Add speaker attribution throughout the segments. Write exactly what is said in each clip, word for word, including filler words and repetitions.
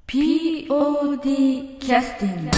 Speaker 1: ピーオーディー キャスティング。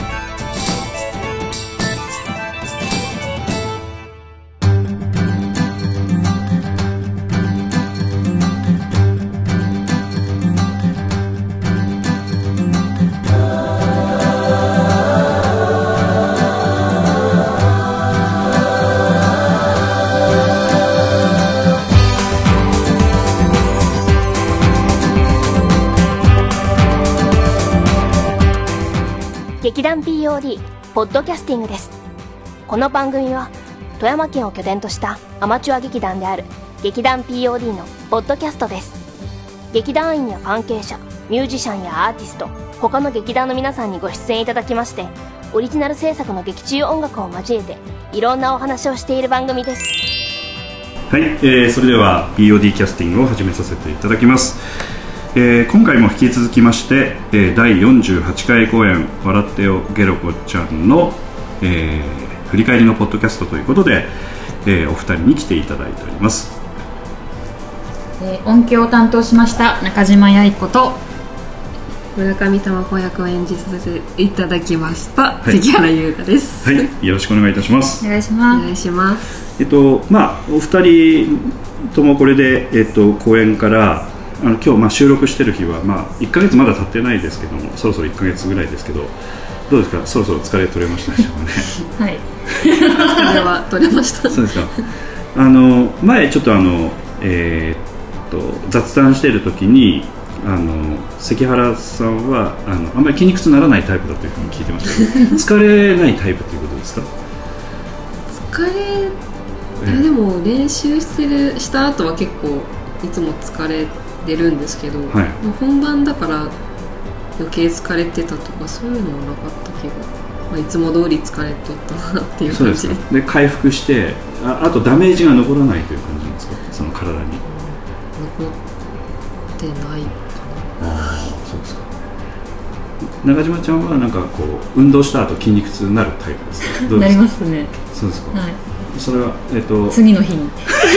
Speaker 2: 劇団 ピーオーディー ポッドキャスティングです。この番組は富山県を拠点としたアマチュア劇団である劇団 ピーオーディー のポッドキャストです。劇団員や関係者、ミュージシャンやアーティスト、他の劇団の皆さんにご出演いただきまして、オリジナル制作の劇中音楽を交えていろんなお話をしている番組です。
Speaker 3: はい、えー、それでは ピーオーディー キャスティングを始めさせていただきます。えー、今回も引き続きまして、えー、だいよんじゅうはちかい公演笑ってよゲロコちゃんの、えー、振り返りのポッドキャストということで、えー、お二人に来ていただいております。
Speaker 4: えー、音響を担当しました中島八重子と
Speaker 5: 村上玉子役を演じさせていただきました、はい、関原優香です。
Speaker 3: はい、よろしくお願いいたします。
Speaker 4: お願いします。
Speaker 5: お願いします。
Speaker 3: えっとまあお二人ともこれで、えっと、公演からあの今日まあ収録してる日は、まあ、いっかげつまだ経ってないですけども、そろそろいっかげつぐらいですけど、どうですか、そろそろ疲れ取れましたでしょうかね。
Speaker 4: はい
Speaker 5: 疲れは取れました
Speaker 3: そうですか。あの前ちょっとあの、えー、っと雑談している時にあの関原さんはあのあんまり筋肉痛にならないタイプだというふうに聞いてましたけど疲れないタイプということですか？
Speaker 5: 疲れ、えー、でも練習してるした後は結構いつも疲れ出るんですけど、はい、本番だから余計疲れてたとかそういうのはなかった気が、まあ、いつも通り疲れとったなっていう感じで。
Speaker 3: そうですか。で回復して あ, あとダメージが残らないという感じなんですか、その体に。
Speaker 5: 残ってないかな。
Speaker 3: あ、そうですか。中島ちゃんはなんかこう運動した後筋肉痛になるタイプですか？どうですか？
Speaker 4: なりますね。
Speaker 3: そうですか、はい、それは、えー、と
Speaker 4: 次の日に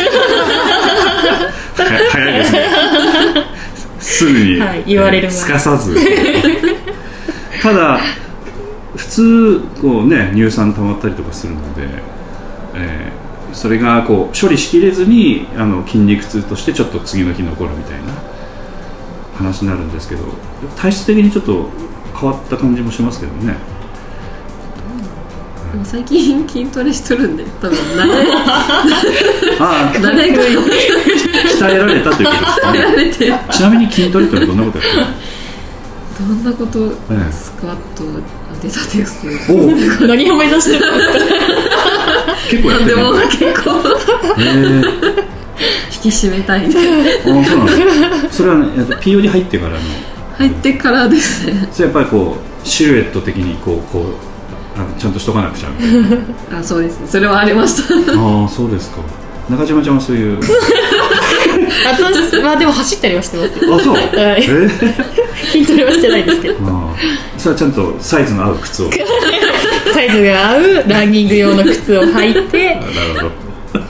Speaker 3: 早いですねすぐに、
Speaker 4: はい、言われる前
Speaker 3: すかさずただ普通こう、ね、乳酸溜まったりとかするので、えー、それがこう処理しきれずにあの筋肉痛としてちょっと次の日残るみたいな話になるんですけど、体質的にちょっと変わった感じもしますけどね。
Speaker 5: でも最近筋トレしとるんで多分慣れ
Speaker 3: あ
Speaker 5: 慣れが
Speaker 3: 鍛えられたということですかね。
Speaker 5: 鍛えられて。
Speaker 3: ちなみに筋トレってどんなことやってるの？
Speaker 5: どんなこと、ええ、スクワット出たですね。
Speaker 4: 何を目指してるんですか？
Speaker 3: 結構やってる。
Speaker 5: でも結構、えー、引き締めたいんで。
Speaker 3: あ、そうなんです。それは、ね、ピーオーディー 入ってからの
Speaker 5: 入ってからですね。
Speaker 3: それやっぱりこうシルエット的にこうこうあのちゃんとしとかなくちゃみたいな
Speaker 5: あ、そうですね、それはありました
Speaker 3: ああ、そうですか。中島ちゃんはそういう
Speaker 4: 私はでも走ったりはしてますよ。
Speaker 3: あ、そう、
Speaker 4: はい、
Speaker 3: えー、
Speaker 4: 筋トレはしてないですけど
Speaker 3: あ、それはちゃんとサイズの合う靴を
Speaker 4: サイズが合うランニング用の靴を履いて
Speaker 3: なるほど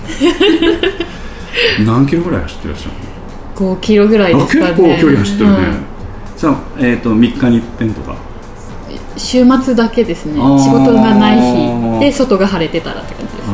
Speaker 3: 何キロぐらい走ってらっしゃるの？
Speaker 4: ごキロぐらいですかね。
Speaker 3: 結構距離走ってるね、はい、さあ、えーと、みっかに一遍とか
Speaker 4: 週末だけですね。仕事がない日で外が晴れてたらって感じです、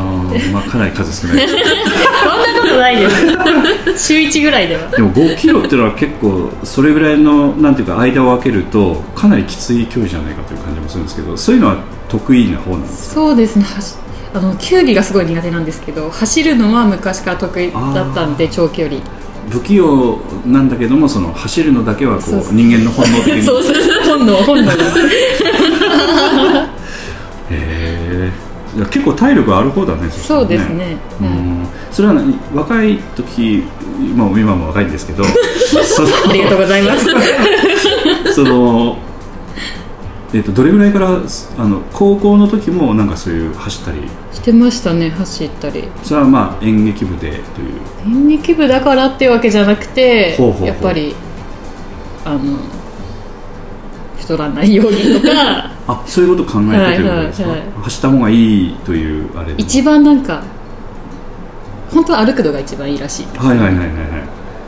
Speaker 3: あ、まあ、かなり数少ない
Speaker 4: そんなことないです週いちぐらいでは。
Speaker 3: でもごキロっていうのは結構それぐらいのなんていうか間を空けるとかなりきつい距離じゃないかという感じもするんですけど、そういうのは得意な方なんですか？
Speaker 4: そうですね、あの球技がすごい苦手なんですけど、走るのは昔から得意だったんで、長距離
Speaker 3: 不器用なんだけども、その走るのだけはこうそうそう人間の本能的に
Speaker 4: そうそうそう本能本能
Speaker 3: へえ、結構体力ある方だね。
Speaker 4: そうですね、
Speaker 3: うん、それは若い時、今も今も若いんですけど
Speaker 4: ありがとうございます
Speaker 3: その、えー、とどれぐらいからあの高校の時もなんかそういう走ったり
Speaker 4: してましたね。走ったり、
Speaker 3: それはまあ演劇部でという
Speaker 4: 演劇部だからっていうわけじゃなくて、ほうほうほう、やっぱりあの太らないようにとか
Speaker 3: あ、そういうことを考えてということですか？はいはいはい、走った方がいいというあれ
Speaker 4: 一番なんか本当は歩くのが一番いいらしいです、ね、
Speaker 3: はいはいはいはい、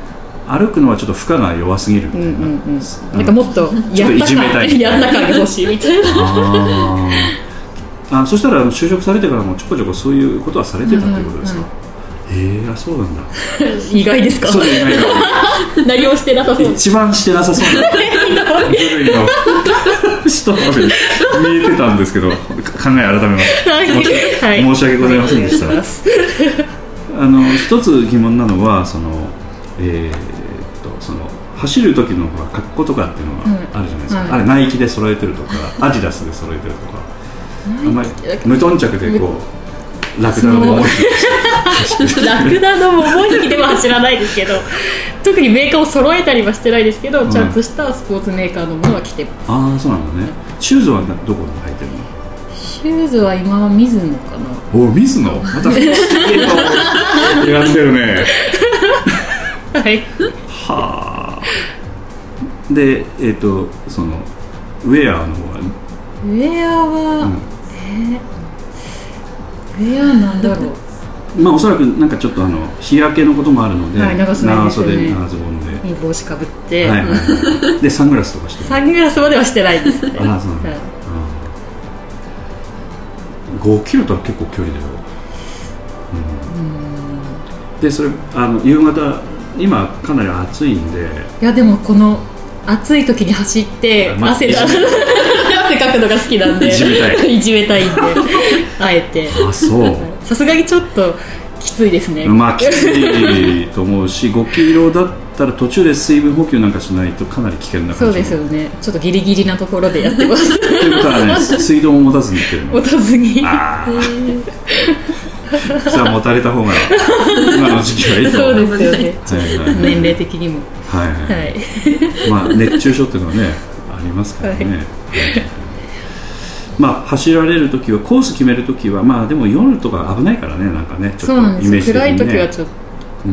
Speaker 3: 歩くのはちょっと負荷が弱すぎるみたいな、うんうんうん、
Speaker 4: なんかもっとやった感やった感が欲しいみたいな
Speaker 3: ああそしたら就職されてからもちょこちょこそういうことはされてたということですか、うんうん、へえー、そうなんだ
Speaker 4: 意外ですか
Speaker 3: そう意外だ
Speaker 4: 何もしてなさそう
Speaker 3: 一番してなさそうな部類の人まで見えてたんですけど考え改めます、はい、申し訳ございませんでしたあの一つ疑問なのはその、えー、っとその走る時の格好とかっていうのがあるじゃないですか、うんはい、あれナイキで揃えてるとかアディダスで揃えてるとかあんまり無頓着でこうラクダの桃引き
Speaker 4: ラクダの桃引きでは走らないですけど特にメーカーを揃えたりはしてないですけど、うん、ちゃんとしたスポーツメーカーのものは着てます。
Speaker 3: ああそうなんだね。シューズはどこに履いてるの？
Speaker 4: シューズは今はミズノかな。
Speaker 3: おミズノまた選んでるね
Speaker 4: はい
Speaker 3: はあでえっ、ー、とそのウェアの方は
Speaker 4: ウェアは、うんえー、ウェアなんだろう
Speaker 3: まあおそらくなんかちょっとあの日焼けのこともあるので、
Speaker 4: はい、長袖ですよね、
Speaker 3: 長ズボンで
Speaker 4: 帽子かぶって、
Speaker 3: はいはいはい、でサングラスとかしてる
Speaker 4: サングラスまではしてないですね
Speaker 3: ああそうなんだ、はい、ごキロとは結構距離だよ、うん、うんでそれあの夕方今かなり暑いんで
Speaker 4: いやでもこの暑い時に走って汗だ汗かくのが好きなんでいじめたいいじめたいんであえて
Speaker 3: あそう
Speaker 4: さすがにちょっときついですね
Speaker 3: まあきついと思うしごキロだったら途中で水分補給なんかしないとかなり危険な感じ。
Speaker 4: そうですよねちょっとギリギリなところでやってます
Speaker 3: ということはね水道も持たずにいってるの
Speaker 4: 持たずに
Speaker 3: あじゃあ持たれた方が今の時期はいいと思う
Speaker 4: そうですよね、はいはい、年齢的にも
Speaker 3: はいはい、はいまあ、熱中症っていうのはねありますからね、はいまあ、走られるときはコース決めるときはまあでも夜とか危ないからねなんかねちょっとイメージ的にね
Speaker 4: 暗いときはちょっと、うん、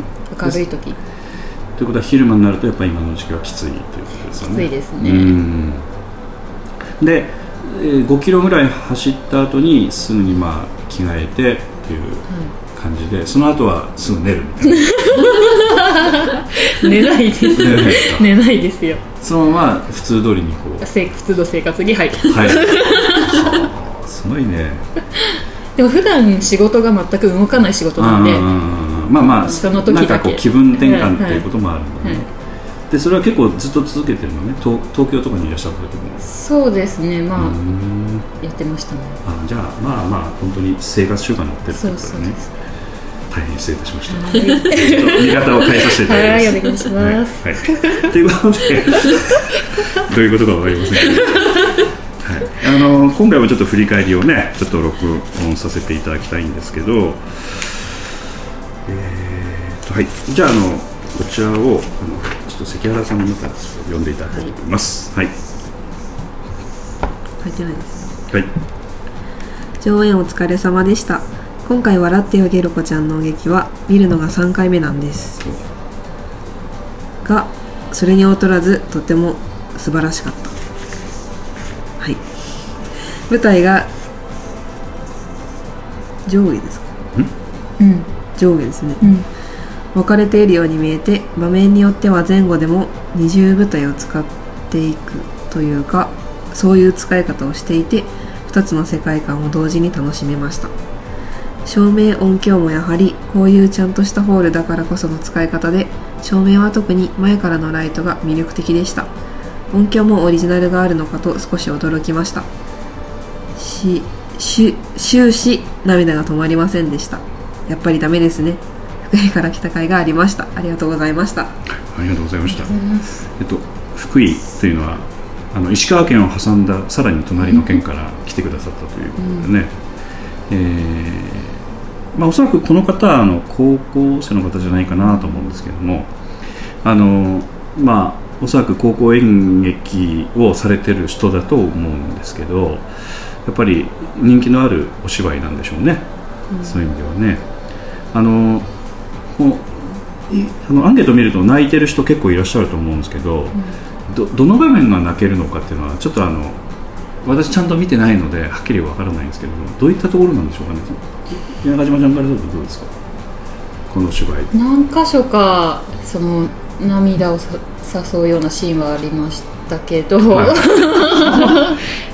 Speaker 4: 明るいとき
Speaker 3: ということは昼間になるとやっぱり今の時期はきついということですよね。
Speaker 4: きついですね。
Speaker 3: うんで、えー、ごキロぐらい走った後にすぐにまあ着替えてっていう感じで、うん、その後はすぐ寝るみたい
Speaker 4: な寝ないです寝ないですか寝ないですよ。
Speaker 3: そのまま普通通りにこう
Speaker 4: 普通の生活に入る、
Speaker 3: はい、すごいね。
Speaker 4: でも普段仕事が全く動かない仕事なんで
Speaker 3: まあまあその時だけなんかこう気分転換っていうこともあるんだね、はいはい、でそれは結構ずっと続けてるのね 東, 東京とかにいらっしゃった時も。
Speaker 4: そうですねまあやってましたね。
Speaker 3: あじゃあまあまあ本当に生活習慣になってるってことだね。そうそうです。大変失礼いたしました。ちょっと見方を変えさせていただきます。
Speaker 4: はい、お願いします。
Speaker 3: はいはい、ということでどういうことかわかりませんけど、はい、あの今回はちょっと振り返りをねちょっと録音させていただきたいんですけど、えーとはい、じゃああのこちらをあのちょっと関原さんの中で読んでいただきたいと思います。はい。
Speaker 5: 書いてないです。
Speaker 3: はい。
Speaker 5: 上演お疲れ様でした。今回笑ってよゲロ子ちゃんの劇は見るのがさんかいめなんですがそれに劣らずとても素晴らしかった。はい舞台が上下ですか、
Speaker 4: うん、
Speaker 5: 上下ですね、
Speaker 4: うん、
Speaker 5: 分かれているように見えて場面によっては前後でも二重舞台を使っていくというかそういう使い方をしていてふたつの世界観を同時に楽しめました。照明音響もやはりこういうちゃんとしたホールだからこその使い方で照明は特に前からのライトが魅力的でした。音響もオリジナルがあるのかと少し驚きました。し、し、終始涙が止まりませんでした。やっぱりダメですね。福井から来た甲斐がありました。ありがとうございました。
Speaker 3: ありがとうございました。えっと福井というのはあの石川県を挟んださらに隣の県から来てくださったということでね、うんえーまあ、おそらくこの方はあの高校生の方じゃないかなと思うんですけどもあの、まあ、おそらく高校演劇をされてる人だと思うんですけどやっぱり人気のあるお芝居なんでしょうね、うん、そういう意味ではねあのこうあのアンケートを見ると泣いてる人結構いらっしゃると思うんですけど、うん、ど, どの場面が泣けるのかっていうのはちょっとあの私ちゃんと見てないのではっきりわからないんですけどもどういったところなんでしょうかね。中島ちゃんからするとどうですかこの芝居。
Speaker 4: 何箇所かその涙を誘うようなシーンはありましたけど、はい、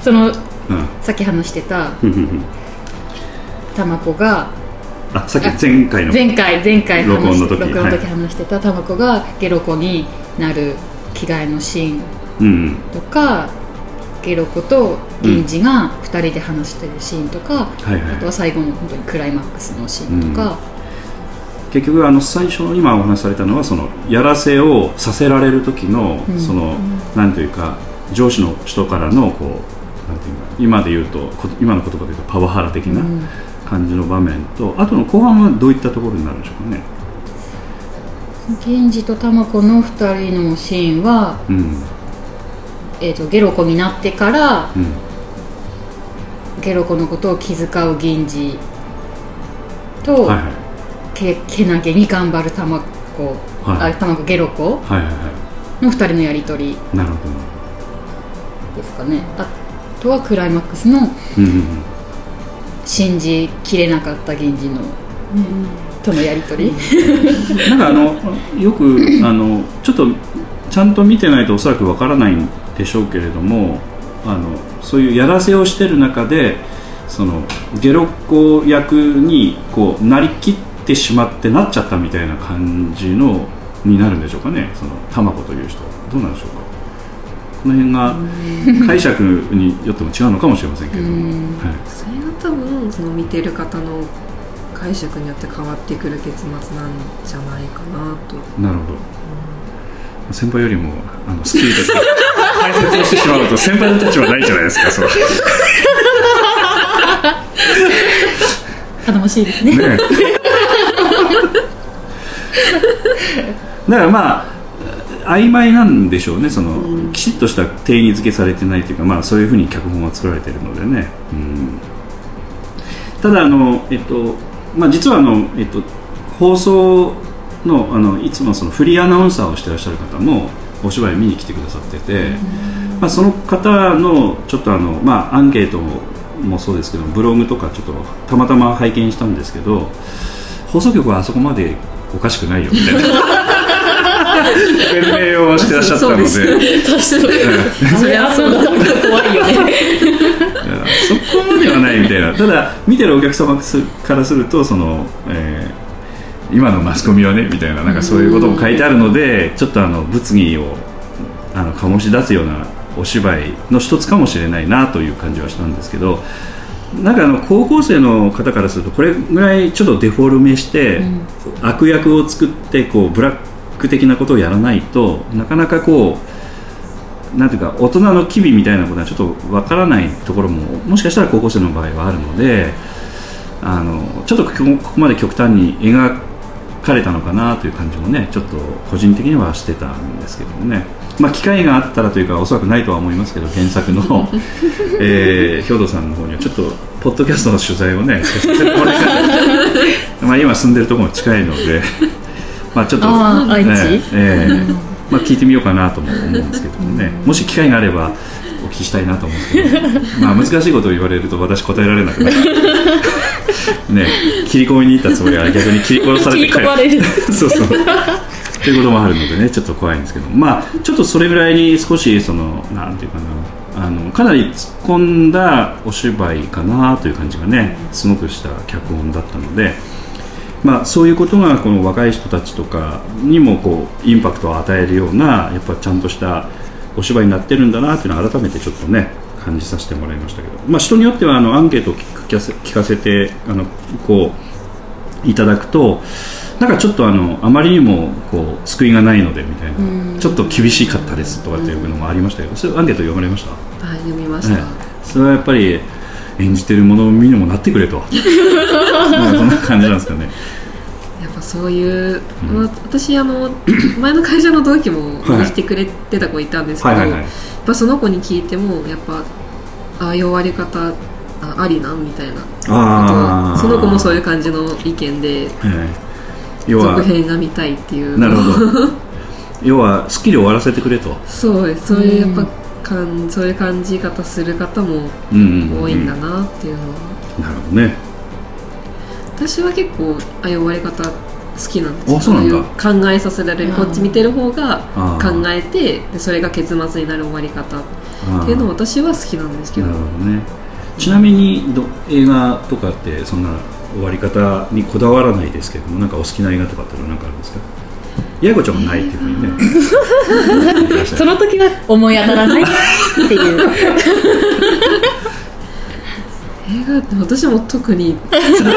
Speaker 4: その、うん、さっき話してた玉子が
Speaker 3: あさっき前回の
Speaker 4: 前回前回
Speaker 3: 録音の時
Speaker 4: 録音の時話してた玉子がゲロ子になる着替えのシーンとか、うん、ゲロ子と銀次がふたりで話してるシーンとか、うんはいはい、あとは最後の本当にクライマックスのシーンとか、
Speaker 3: うん、結局あの最初今お話しされたのはそのやらせをさせられる時の、うん、その、うん、なんというか上司の人からのこうなんていうか今で言うと今の言葉で言うとパワハラ的な感じの場面と、うん、あとの後半はどういったところになるんでしょうかね。
Speaker 4: 銀次と玉子のふたりのシーンは、うんえー、とゲロ子になってから、うん、ゲロ子のことを気遣う銀次と、はいはい、け, けなげに頑張る玉子、はい、あ玉子ゲロ子のふたりのやり取りですかね。あとはクライマックスの、うんうんうん、信じきれなかった銀次の、うんうんとのやり取り
Speaker 3: なんかあのよくあのちょっとちゃんと見てないとおそらくわからないんでしょうけれども、あのそういうやらせをしてる中でそのゲロ子役にこうなりきってしまってなっちゃったみたいな感じのになるんでしょうかね。その玉子という人どうなんでしょうか。この辺が解釈によっても違うのかもしれませんけれども、はい、
Speaker 5: それが多分その見てる方の解釈によって変わってくる結末なんじゃないかなと。
Speaker 3: なるほど、うん、先輩よりもあのスキルとか解説をしてしまうと先輩の立場ないじゃないですか。そう
Speaker 4: 頼もしいですね。ね
Speaker 3: だからまあ曖昧なんでしょうね。その、うん、きちっとした定義づけされてないというか、まあ、そういうふうに脚本は作られているのでね、うん、ただあの、えっとまあ、実はあの、えっと、放送 の, あのいつもそのフリーアナウンサーをしていらっしゃる方もお芝居見に来てくださってて、まあ、その方のちょっとあの、まあ、アンケートもそうですけどブログとかちょっとたまたま拝見したんですけど、放送局はあそこまでおかしくないよみたいな弁明をしてらっしゃったので、そ
Speaker 4: れはそうだ怖いよね。
Speaker 3: そこまではないみたいな。ただ見てるお客様からするとその、えー、今のマスコミはねみたいな、なんかそういうことも書いてあるので、ちょっとあの物議をあの醸し出すようなお芝居の一つかもしれないなという感じはしたんですけど、なんかあの高校生の方からするとこれぐらいちょっとデフォルメして、うん、悪役を作ってこうブラック的なことをやらないとなかなかこうなんていうか大人の機微みたいなことはちょっとわからないところももしかしたら高校生の場合はあるので、あのちょっとここまで極端に描かれたのかなという感じもねちょっと個人的にはしてたんですけどもね、まあ、機会があったらというかおそらくないとは思いますけど原作の、えー、兵頭さんの方にはちょっとポッドキャストの取材をねさせてもらいたいまあ今住んでるところも近いのでまあちょっと、ね
Speaker 4: 愛知、
Speaker 3: えーまあ、聞いてみようかなとも思うんですけどもね、もし機会があればお聞きしたいなと思うんですけど、まあ、難しいことを言われると私答えられなくなるね、切り込みに行ったつもりは逆に切り殺されて
Speaker 4: 切り込まれる
Speaker 3: そうそうということもあるのでねちょっと怖いんですけど、まあちょっとそれぐらいに少しそのなんていうかな、あのかなり突っ込んだお芝居かなという感じがねすごくした脚本だったので、まあ、そういうことがこの若い人たちとかにもこうインパクトを与えるようなやっぱちゃんとしたお芝居になってるんだなというのを改めてちょっとね感じさせてもらいましたけど、まあ、人によってはあのアンケートを聞かせ、聞かせてあのこういただくとなんかちょっとあのあまりにもこう救いがないのでみたいなちょっと厳しかったですとかっていうのもありましたけど、それアンケート読まれました？
Speaker 5: はい、読みました、ね、
Speaker 3: それはやっぱり演じてるものを見にもなってくれとまあそんな感じなんですかね。
Speaker 5: やっぱそういう、うん、私あの前の会社の同期もしてくれてた子いたんですけど、はいはいはいはい、やっぱその子に聞いてもやっぱああいう終わり方 あ, ありなみたいな、あとその子もそういう感じの意見で、はい要は続編が見たいっていう。
Speaker 3: なるほど要はスッキリ終わらせてくれと。
Speaker 5: そうです。そういうやっぱかんそういう感じ方する方も多いんだなっていうのは、
Speaker 3: うんうんうん、なるほどね。
Speaker 5: 私は結構ああいう終わり方好きなんですよ。
Speaker 3: あ、そうなんだ。
Speaker 5: 考えさせられる、こっち見てる方が考えて、でそれが結末になる終わり方っていうのを私は好きなんですけど。
Speaker 3: なるほどね。ちなみにど映画とかってそんな終わり方にこだわらないですけども、なんかお好きな映画とかって何かあるんですか？八重子ちゃんはないっていうふうにね
Speaker 4: その時は思い当たらないっていう
Speaker 5: 映画って私も特によか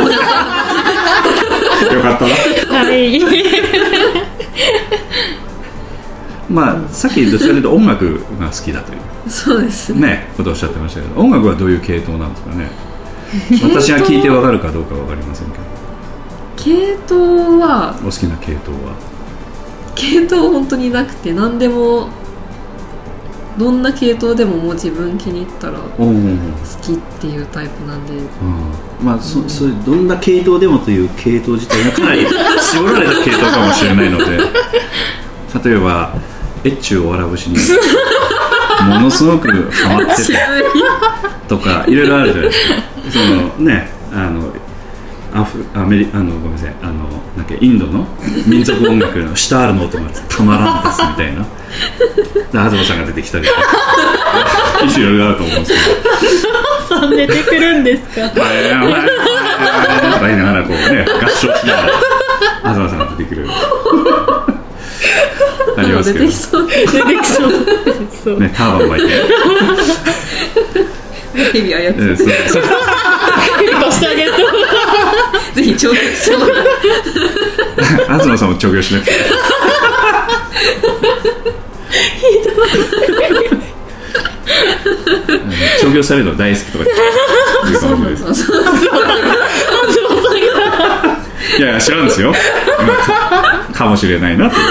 Speaker 3: ったな
Speaker 4: はい
Speaker 3: まあさっきどちらかというと音楽が好きだという
Speaker 5: そうですね
Speaker 3: ねことをおっしゃってましたけど、音楽はどういう系統なんですかね。私が聞いてわかるかどうかわかりませんけど、
Speaker 5: 系統は
Speaker 3: お好きな系統は
Speaker 5: 系統本当になくて、何でもどんな系統でももう自分気に入ったら好きっていうタイプなんで、うん、
Speaker 3: まあそ、うん、それどんな系統でもという系統自体がかなり絞られた系統かもしれないので例えば越中おわら節にものすごくハマっててとかいろいろあるじゃないですか。そのね、あのアフアメリあのごめんなさい、あのなんかインドの民族音楽のシタールの音がたまらんですみたいなで東さんが出てきたりとかいろいろあると思うんですけど
Speaker 4: 出てくるんですか。
Speaker 3: とか言いながらこうね合唱しながら東さんが出てくるありますけど、
Speaker 5: 出てきそう出てきそう
Speaker 3: ね、ターバン巻いて
Speaker 5: ヘビ操って、
Speaker 3: えー、そうそう
Speaker 4: してあげる
Speaker 5: ぜひ調教してもらう
Speaker 3: 東さんも調教しなくて調教されるの大好きとか言うかもしれないです。いやいや知らんですよかもしれないなって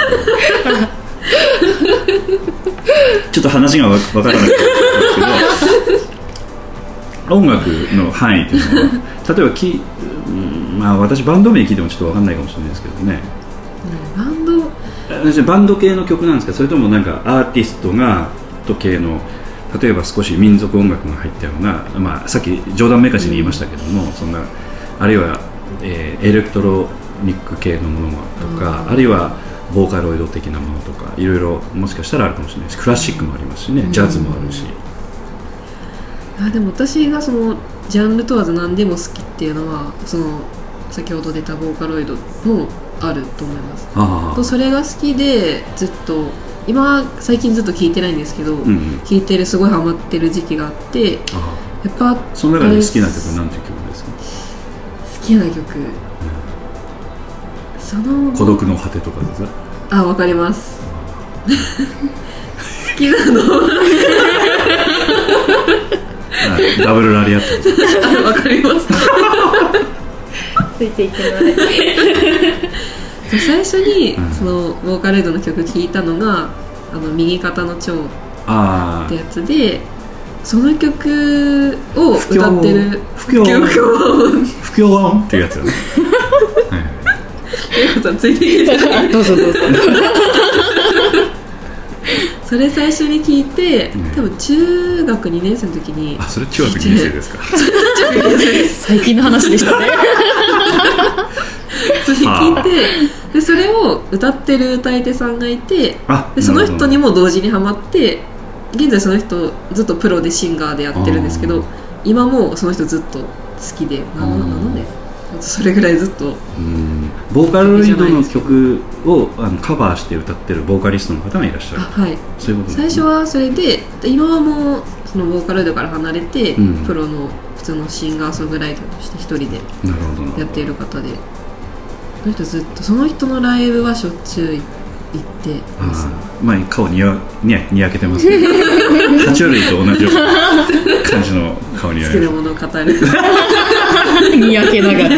Speaker 3: ちょっと話がわ分からなくなったんですけど音楽の範囲っていうのは例えばき、うんまあ、私バンド名聞いてもちょっと分かんないかもしれないですけどね、
Speaker 5: バンド
Speaker 3: バンド系の曲なんですか、それともなんかアーティストが時計の例えば少し民族音楽が入ったような、まあ、さっき冗談めかしに言いましたけども、うん、そんなあるいは、えー、エレクトロニック系のものとか、うん、あるいはボーカロイド的なものとかいろいろもしかしたらあるかもしれないし、クラシックもありますしね、うん、ジャズもあるし、
Speaker 5: あでも私がそのジャンル問わず何でも好きっていうのはその先ほど出たボーカロイドもあると思います。あとそれが好きでずっと今最近ずっと聴いてないんですけど、うんうん、聴いてるすごいハマってる時期があって、あやっぱ
Speaker 3: その中で好きな曲何ていう曲ですか？
Speaker 5: 好きな曲、うん、その
Speaker 3: 孤独の果てとかですか？
Speaker 5: あ、わかります好きなの
Speaker 3: ダブルラリアット
Speaker 5: わかります
Speaker 4: ついていけない
Speaker 5: 最初にそのボーカロイドの曲聴いたのがあの右肩の蝶ってやつで、その曲を歌ってる
Speaker 3: 不協不協和音っていうやつよね
Speaker 5: ゆうこさんついてきてどうぞどうぞそれ最初に聞いて、ね、多分中学にねん生の時に、
Speaker 3: あ、それ中学にねん生ですか
Speaker 4: 最近の話でしたね
Speaker 5: それ聞いて、でそれを歌ってる歌い手さんがいて、でその人にも同時にハマって、現在その人ずっとプロでシンガーでやってるんですけど、今もその人ずっと好きで、なのでそれぐらいずっと、
Speaker 3: うん、ボーカロイドの曲をあのカバーして歌ってるボーカリストの方がいらっしゃる。
Speaker 5: はい、
Speaker 3: そういうこと
Speaker 5: 最初はそれで、今はもうそのボーカロイドから離れて、うん、プロの普通のシンガーソングライターとして一人でやっている方で、その人ずっとその人のライブはしょっちゅう行ってます。
Speaker 3: あ、まあ、顔にや、ね、にやけてますけど爬虫類と同じような感じの顔にや
Speaker 5: 好きなものを語る
Speaker 4: にやけながら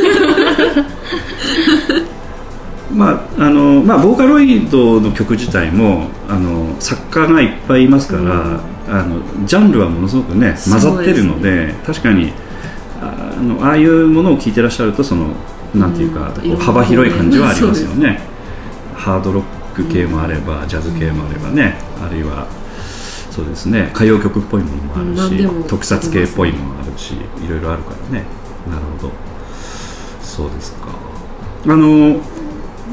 Speaker 3: まああのまあ、ボーカロイドの曲自体もあの作家がいっぱいいますから、うん、あのジャンルはものすごくね混ざってるの で, で、ね、確かに あ, あ, のああいうものを聴いてらっしゃるとそのなんていうか、うん、幅広い感じはありますよね。ハードロック系もあれば、うん、ジャズ系もあればね、あるいはそうですね歌謡曲っぽいものもあるし、うん、特撮系っぽいものもあるし、いろいろあるからね。なるほど、そうですか。あの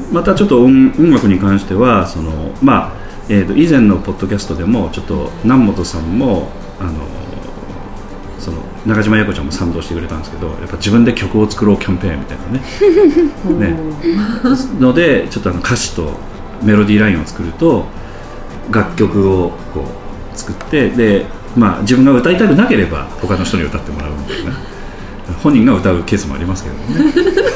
Speaker 3: またちょっと 音, 音楽に関してはその、まあえー、と以前のポッドキャストでもちょっと南本さんもあのその中島八重子ちゃんも賛同してくれたんですけど、やっぱ自分で曲を作ろうキャンペーンみたいなねねのでちょっとあの歌詞とメロディーラインを作ると楽曲をこう作ってで、まあ、自分が歌いたくなければ他の人に歌ってもらうみたいな、本人が歌うケースもありますけどね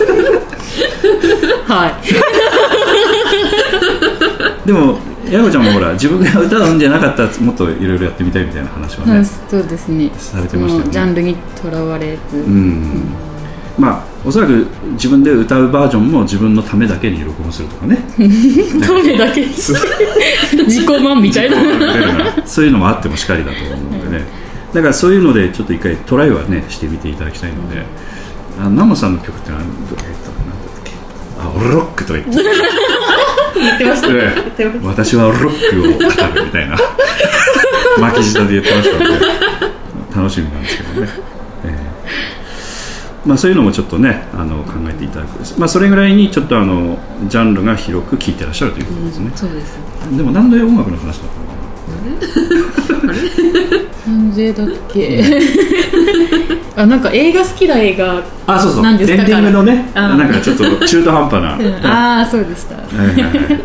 Speaker 3: はいでも八重子ちゃんもほら自分が歌うんじゃなかったらもっといろいろやってみたいみたいな話はね、
Speaker 4: そうですね、
Speaker 3: されてましたよね。
Speaker 4: ジャンルにとらわれず、うんうん、
Speaker 3: まあおそらく自分で歌うバージョンも自分のためだけに録音するとかね
Speaker 4: ためだけに自己満みたいな
Speaker 3: そういうのもあってもしかりだと思うのでね、だからそういうのでちょっと一回トライはねしてみていただきたいので、うん、あナモさんの曲ってのはどうやったかな、あロックとか言って
Speaker 4: 言ってました、ね、
Speaker 3: 私はロックを語るみたいな巻き舌で言ってましたので楽しみなんですけどね、えーまあ、そういうのもちょっとねあの考えていただく、まあ、それぐらいにちょっとあのジャンルが広く聴いてらっしゃるということですね、うん、
Speaker 5: そうです。
Speaker 3: でも何で音楽の話だったのかなあれ
Speaker 4: なんでだっけあ、なんか映画好きな映画
Speaker 3: あ、そうそう、
Speaker 4: なんですか、
Speaker 3: エンディングのね、なんかちょっと中途半端な、
Speaker 4: うん、ああそうでしたはいはい、はい、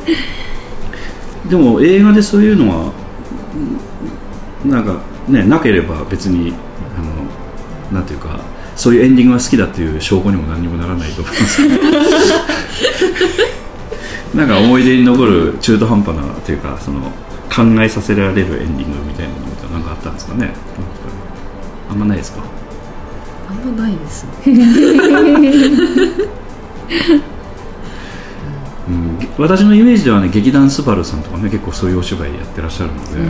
Speaker 3: でも映画でそういうのはなんかねなければ別にあのなんていうかそういうエンディングが好きだっていう証拠にも何にもならないと思いますけどなんか思い出に残る中途半端なというかその考えさせられるエンディングみたいなのって何かあったんですかね。あんまないですか。
Speaker 5: あんまないですね
Speaker 3: うん、私のイメージではね劇団スバルさんとかね結構そういうお芝居やってらっしゃるので、うん、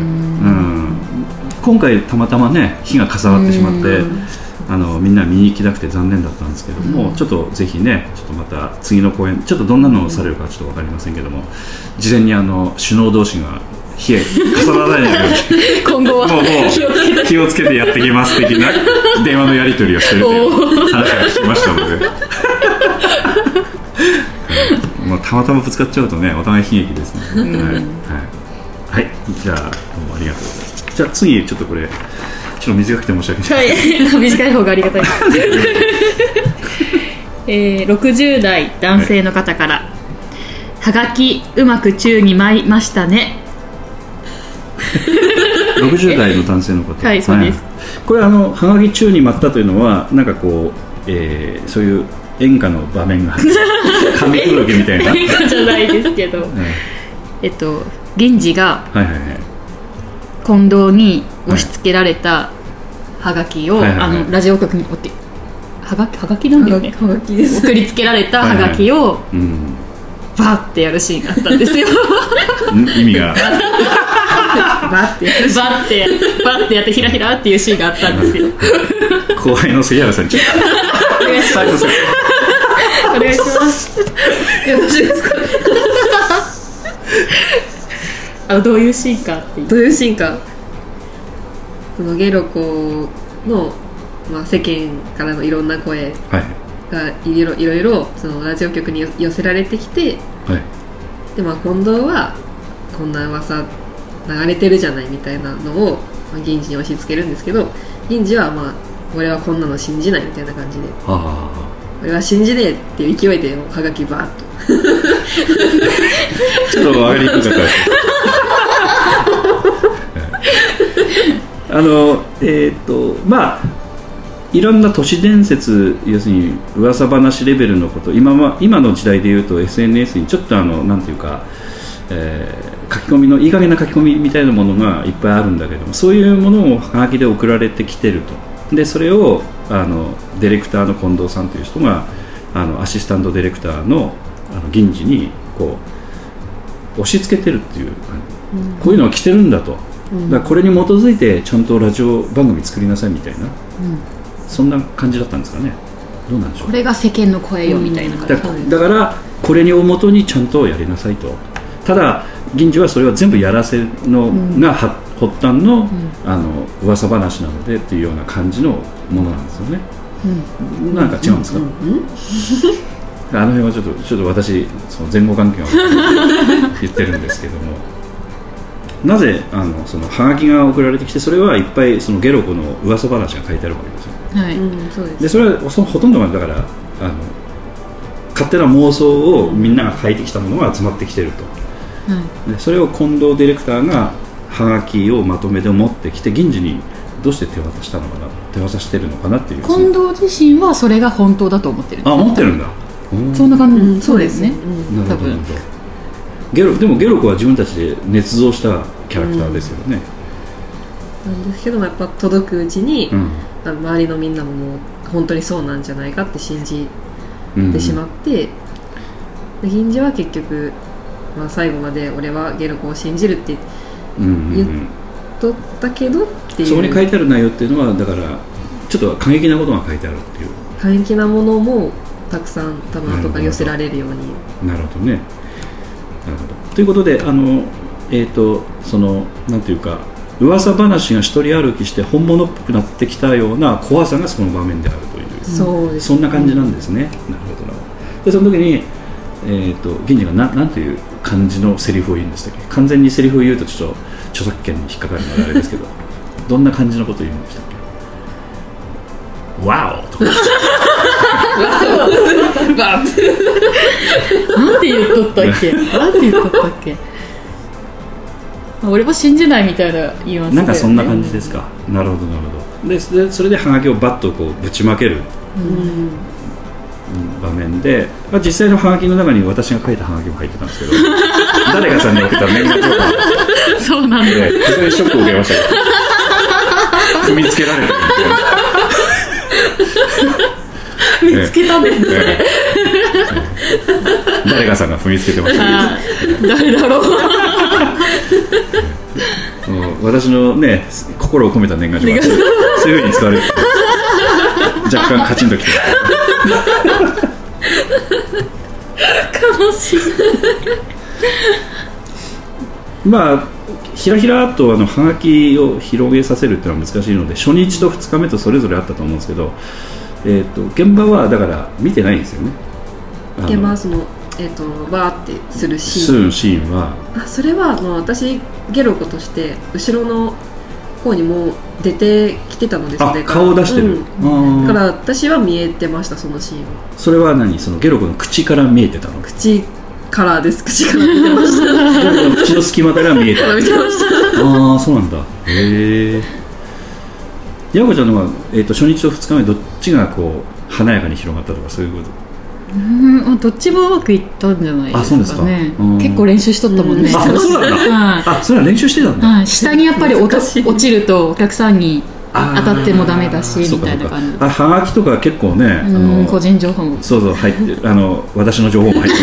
Speaker 3: 今回たまたまね日が重なってしまってあのみんな見に行きたくて残念だったんですけども、ちょっとぜひねちょっとまた次の公演ちょっとどんなのをされるかちょっと分かりませんけども事前にあの首脳同士が火へ重ならないように
Speaker 4: 今後はもうもう
Speaker 3: 気をつけて気をつけてやってきます的な電話のやり取りをしてるという話が聞きましたのでもうたまたまぶつかっちゃうとねお互い悲劇ですので、ね、はい、はいはい、じゃあどうもありがとうございます。じゃあ次ちょっとこれちょっと短くて申し訳ない、
Speaker 4: はい、短い方がありがたいえー、ろくじゅう代男性の方から、はい、はがきうまく宙に舞いましたね
Speaker 3: ろくじゅう代の男性の方
Speaker 4: はいそうです、はい、
Speaker 3: これあのはがき宙に舞ったというのはなんかこう、えー、そういう演歌の場面が紙吹雪みたいな
Speaker 4: 演歌じゃないですけど、はい、えっと源氏が近藤に押し付けられたはがきを、はいはいはいはい、あのラジオ局に送ってはがきはがきなんだよね
Speaker 5: はがきです
Speaker 4: 送りつけられたはがきを、はいはい、うん、バーってやるシーンがあったんですよ
Speaker 3: 意味が
Speaker 4: バッてバッてバッてやってひらひらっていうシーンがあったんですよ
Speaker 3: 後輩の杉原さんにちょっとお願いします
Speaker 4: お願いします
Speaker 5: よろしいですか
Speaker 4: あのどういうシーンかっていう
Speaker 5: どういうシーンかそのゲロコの、まあ、世間からのいろんな声がいろいろいろそのラジオ局に寄せられてきて、はい、でまあ近藤はこんな噂流れてるじゃないみたいなのを、まあ、銀次に押し付けるんですけど銀次はまあ俺はこんなの信じないみたいな感じで、はあはあ、俺は信じねえっていう勢いではがきバーッと
Speaker 3: ちょっと分かりにくかったですあのえー、っとまあいろんな都市伝説要するに噂話レベルのこと 今, 今の時代でいうと エスエヌエス にちょっとあのなんていうか、えー、書き込みのいい加減な書き込みみたいなものがいっぱいあるんだけどもそういうものをはがきで送られてきてるとでそれをあのディレクターの近藤さんという人があのアシスタントディレクター の, あの銀次にこう押し付けてるっていう、うん、こういうのが来てるんだと、うん、だからこれに基づいてちゃんとラジオ番組作りなさいみたいな、うん、そんな感じだったんですかね。どうなんでしょう。
Speaker 4: これが世間の声よみたいな感じ、
Speaker 3: うん、だ, だからこれをもとにちゃんとやりなさいと。ただ銀次はそれは全部やらせるのが、うん、発端 の,、うん、あの噂話なのでっていうような感じのものなんですよね、うん、なんか違うんですか、うんうんうん、 あの辺はちょっとちょっと私その前後関係を言ってるんですけどもなぜあのそのハガキが送られてきてそれはいっぱいそのゲロコの噂話が書いてあるわけですよ。
Speaker 4: はい、うん、そうです。
Speaker 3: でそれはそのほとんどがだからあの勝手な妄想をみんなが書いてきたものが集まってきていると、はい、でそれを近藤ディレクターがハガキをまとめて持ってきて銀次にどうして手渡したのかな手渡してるのかなっていう
Speaker 4: 近藤自身はそれが本当だと思ってるんです。
Speaker 3: あ思ってるんだ。
Speaker 4: そんな感じ、
Speaker 5: うん、そうですね、
Speaker 3: うん、なるほど。ゲロでもゲロコは自分たちで捏造したキャラクターですよね、
Speaker 5: うん、なんですけどもやっぱ届くうちに、うん、あの周りのみんなももう本当にそうなんじゃないかって信じてしまって、うん、で銀次は結局、まあ、最後まで俺はゲロコを信じるって言っとったけどっていう、
Speaker 3: そこに書いてある内容っていうのはだからちょっと過激なことが書いてあるっていう
Speaker 5: 過激なものもたくさん玉とか寄せられるように
Speaker 3: なるほどね。なるほど。ということであの、えー、とそのなんていうか噂話が一人歩きして本物っぽくなってきたような怖さがその場面であるという、
Speaker 5: そうです、
Speaker 3: そんな感じなんですね、うん、なるほどな。でその時に、えー、と銀次がななんていう感じのセリフを言うんでしたっけ。完全にセリフを言うとちょっと著作権に引っかかるのであれですけどどんな感じのことを言うんでしたっけ。ワオとか
Speaker 4: なんて言っとったっけなんて言っとったっけ俺も信じないみたいな言いますね。
Speaker 3: なんかそんな感じですか。なるほどなるほど。でそれでハガキをバッとこうぶちまける、うん場面で、まあ、実際のハガキの中に私が書いたハガキも入ってたんですけど誰がさんに送った年賀状が
Speaker 4: そうなんだ。
Speaker 3: で非常にショックを受けましたけど踏みつけられてる
Speaker 4: みたいな見つけたんですね、え
Speaker 3: え、誰がさんが踏みつけてました
Speaker 4: けど誰だろう
Speaker 3: 私のね心を込めた年賀状がそういう風に使われて若干カチンときて
Speaker 4: 悲しい
Speaker 3: まあひらひらっとあのハガキを広げさせるっていうのは難しいので初日とふつかめとそれぞれあったと思うんですけど、えー、と現場はだから見てないんですよね。
Speaker 5: 現場はその、えー、とバーってするシーン
Speaker 3: するシーンは
Speaker 5: あそれはあの私ゲロコとして後ろの方にも出てきてたので、
Speaker 3: あ顔を出してる、
Speaker 5: うん、だから私は見えてました。そのシーンは。
Speaker 3: それは何そのゲロコの口から見えてたの。
Speaker 5: 口からです。口から見てました
Speaker 3: ゲロコの口の隙間から見えてた
Speaker 5: 見てました
Speaker 3: ああそうなんだ。へえ。ヤコちゃんのは、えー、と初日とふつかめどっちがこう華やかに広がったとかそういうこと。
Speaker 4: うんどっちもうまくいったんじゃないですかね。あそうですか。結構練習しとったもんね。
Speaker 3: あそうなんだ、はい、あそれは練習してたんだ、
Speaker 4: はい、下にやっぱり落ちるとお客さんに当たってもダメだしみたいな感じ。
Speaker 3: あはがきとか結構ねあの
Speaker 4: 個人情報も
Speaker 3: そうそう入ってるあの私の情報も入ってる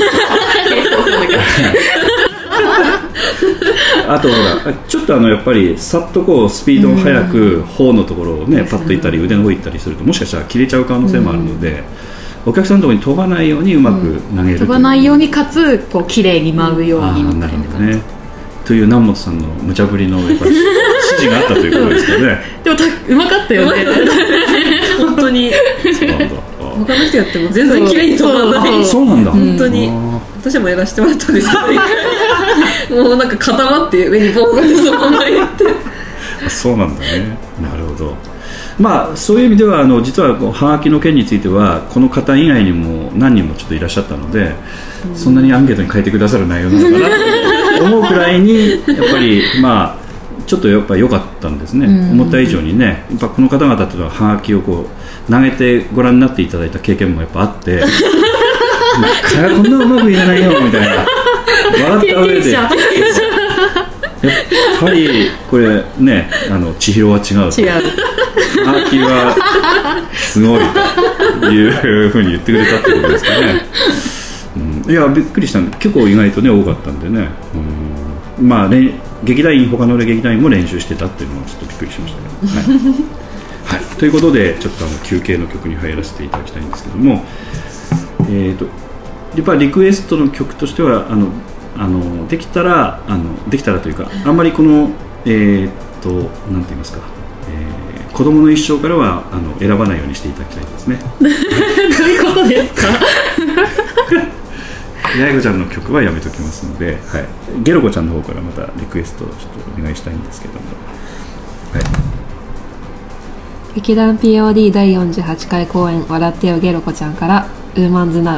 Speaker 3: あとほらちょっとあのやっぱりさっとこうスピードを速く頬のところをねパッといったり腕の方いったりするともしかしたら切れちゃう可能性もあるので、お客さんのところに飛ばないようにうまく投げる、うん、
Speaker 4: 飛ばないようにかつこう綺麗に舞うようにみたいな感じ、
Speaker 3: ね、という南本さんの無茶ぶりのやっぱり指示があったということですかね
Speaker 4: でもうまかったよね
Speaker 5: 本当にそうなんだ。他の人やっても全然綺麗に飛ばない。
Speaker 3: そうなんだ。
Speaker 5: 本当に私もやらせてもらったんですけどもうなんか固まって上にボーンってそのまま行って
Speaker 3: そうなんだね。なるほど。まあ、そういう意味ではあの実はこうハガキの件についてはこの方以外にも何人もちょっといらっしゃったので、うん、そんなにアンケートに書いてくださる内容なのかなと思うくらいにやっぱりまあちょっとやっぱ良かったんですね、うん、思った以上にね。やっぱこの方々というのはハガキをこう投げてご覧になっていただいた経験もやっぱあってこんなうまくいかないよみたいな笑った上でやっぱりこれねあの千尋は違うと
Speaker 4: 違う
Speaker 3: ハガキはすごいというふうに言ってくれたってことですかね、うん、いやびっくりしたんで結構意外とね多かったんでね、うん、まあ劇団員他の劇団員も練習してたっていうのはちょっとびっくりしましたけど、はいはい、ということでちょっとあの休憩の曲に入らせていただきたいんですけども、えーと、やっぱりリクエストの曲としてはあのあのできたらあのできたらというかあんまりこのえーとなんて言いますか、えー、子供の一生からはあの選ばないようにしていただきたいですね
Speaker 4: どういうことですか
Speaker 3: 八重子ちゃんの曲はやめときますので、はい、ゲロ子ちゃんの方からまたリクエストをちょっとお願いしたいんですけども、はい、
Speaker 5: 劇団 ピーオーディー だいよんじゅうはちかい公演笑ってよゲロ子ちゃんからウーマンズナウ。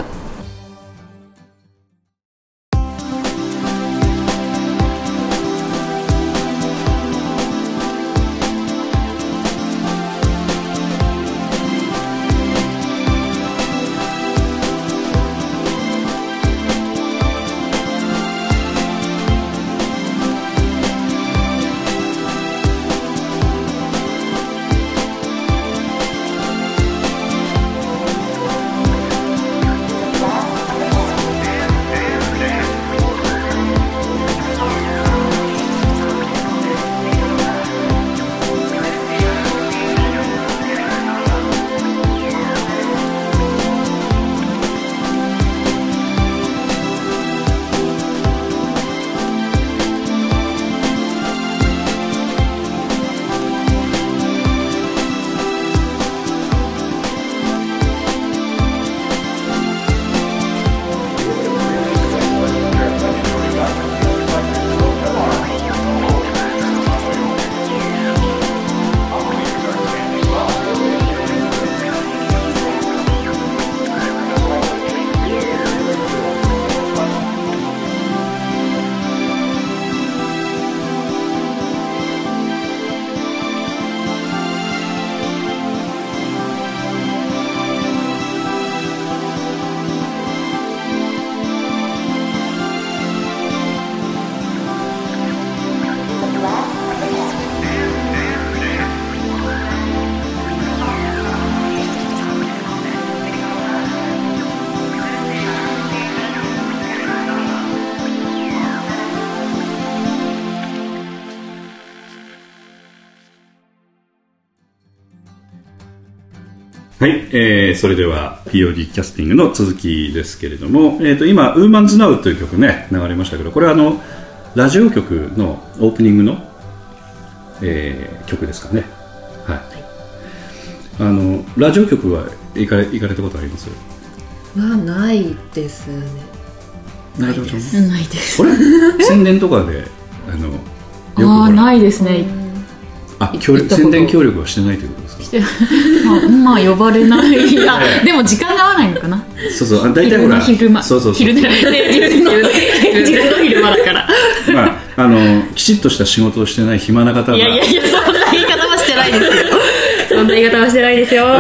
Speaker 3: はい、えー、それでは ピーオーディー キャスティングの続きですけれども、えー、と今ウーマンズナウという曲ね流れましたけど、これはあのラジオ局のオープニングの、えー、曲ですかね。はい、あのラジオ局は行かれ、行かれたことあります？
Speaker 5: はないですね。
Speaker 4: ないです。ないです。
Speaker 3: これ宣伝とかであのよく
Speaker 4: あないですね。
Speaker 3: あ、宣伝協力はしてないということですか？
Speaker 4: してまあ、まあ呼ばれないいやでも時間が合わないのかな。
Speaker 3: そうそう、大体ほら
Speaker 4: 昼間
Speaker 3: そうそうそう
Speaker 4: 昼で平日の昼間だから
Speaker 3: まああのきちっとした仕事をしてない暇な方が
Speaker 4: いやいやいやそんな言い方はしてないですよそんな言い方はしてないですよ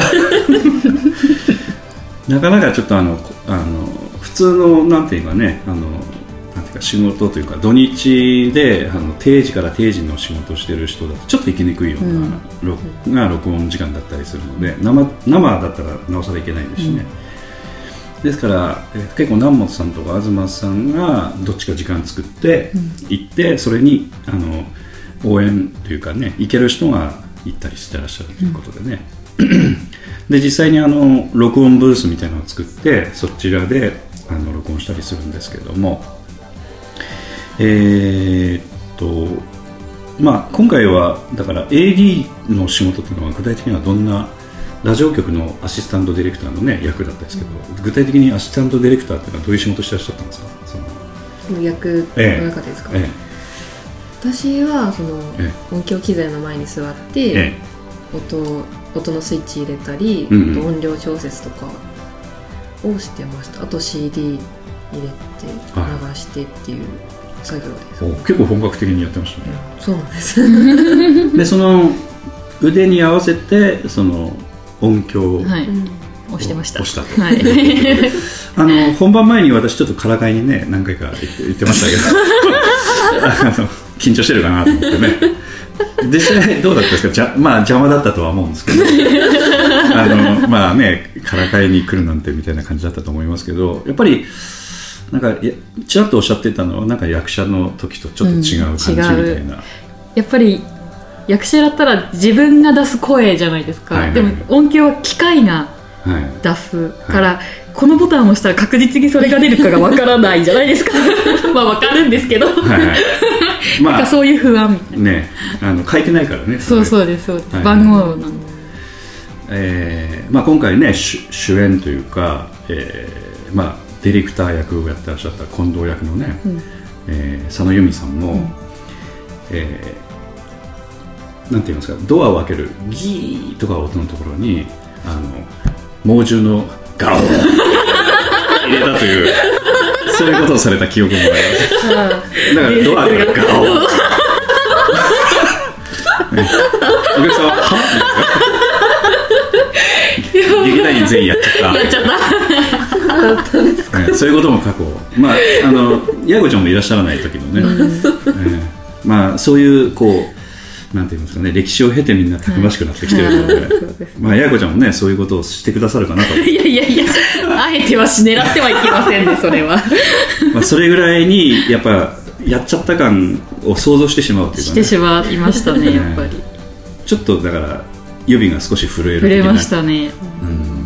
Speaker 3: なかなかちょっとあのあの普通のなんていうかねあのなんていうか仕事というか土日であの定時から定時の仕事をしている人だとちょっと行きにくいような、うん、録が録音時間だったりするので 生, 生だったらなおさらいけないですしね、うん、ですから、えー、結構南本さんとか東さんがどっちか時間作って行って、うん、それにあの応援というかね行ける人が行ったりしてらっしゃるということでね、うん、で実際にあの録音ブースみたいなのを作ってそちらであの録音したりするんですけども、えー、っとまあ今回はだから エーディー の仕事というのは具体的にはどんなラジオ局のアシスタントディレクターの、ね、役だったんですけど、うん、具体的にアシスタントディレクターっていうのはどういう仕事をしてらっしゃったんですか？
Speaker 5: その役の中ですか？ええええ、私はその音響機材の前に座って、ええ、音, 音のスイッチ入れたり、うんうん、音量調節とかをしてました。あと シーディー 入れて流してっていう作業です。
Speaker 3: お結構本格的にやってましたね、
Speaker 5: うん、そうなんです
Speaker 3: でその腕に合わせてその音響を、はい、
Speaker 4: 押してました。
Speaker 3: 押したと、はい、あの本番前に私ちょっとからかいにね何回か言って、言ってましたけどあの緊張してるかなと思ってね実際どうだったですか？じゃまあ邪魔だったとは思うんですけどあのまあねからかいに来るなんてみたいな感じだったと思いますけど、やっぱりなんかちらっとおっしゃってたのはなんか役者の時とちょっと違う感じみたいな、うん、
Speaker 4: やっぱり役者だったら自分が出す声じゃないですか、はいはい、でも音響は機械が出すから、はい、このボタンを押したら確実にそれが出るかがわからないじゃないですかまあわかるんですけど、はいはいまあ、なんかそういう不安みたいな、ね、あの
Speaker 3: 書いてないからね。
Speaker 4: そうそうですそうです、はい、番号なんで、
Speaker 3: えーまあ、今回ね主演というか、えーまあ、 ディレクター役をやってらっしゃった近藤役のね、うん、えー、佐野由美さんも、うん、えー、なんて言いますか、ドアを開けるギーとか音のところにあの猛獣のガオー入れたというそういうことをされた記憶もありますだからドア開けるガオーお客さんは劇団員全員やっちゃった
Speaker 5: やっちゃった本当ですか、
Speaker 3: ね、そういうことも過去、まああのヤゴちゃんもいらっしゃらない時のね、うん、えー、まあそういうこうなんて言いますかね、歴史を経てみんなたくましくなってきてるので、はい、まあヤゴちゃんもねそういうことをしてくださるかなとい
Speaker 4: やいやいや、あえてはし狙ってはいけませんねそれは
Speaker 3: まあそれぐらいにやっぱやっちゃった感を想像してしまうというか、ね、
Speaker 4: してしまいましたねやっぱり
Speaker 3: ちょっとだから指が少し震える
Speaker 4: 震えましたね、うん、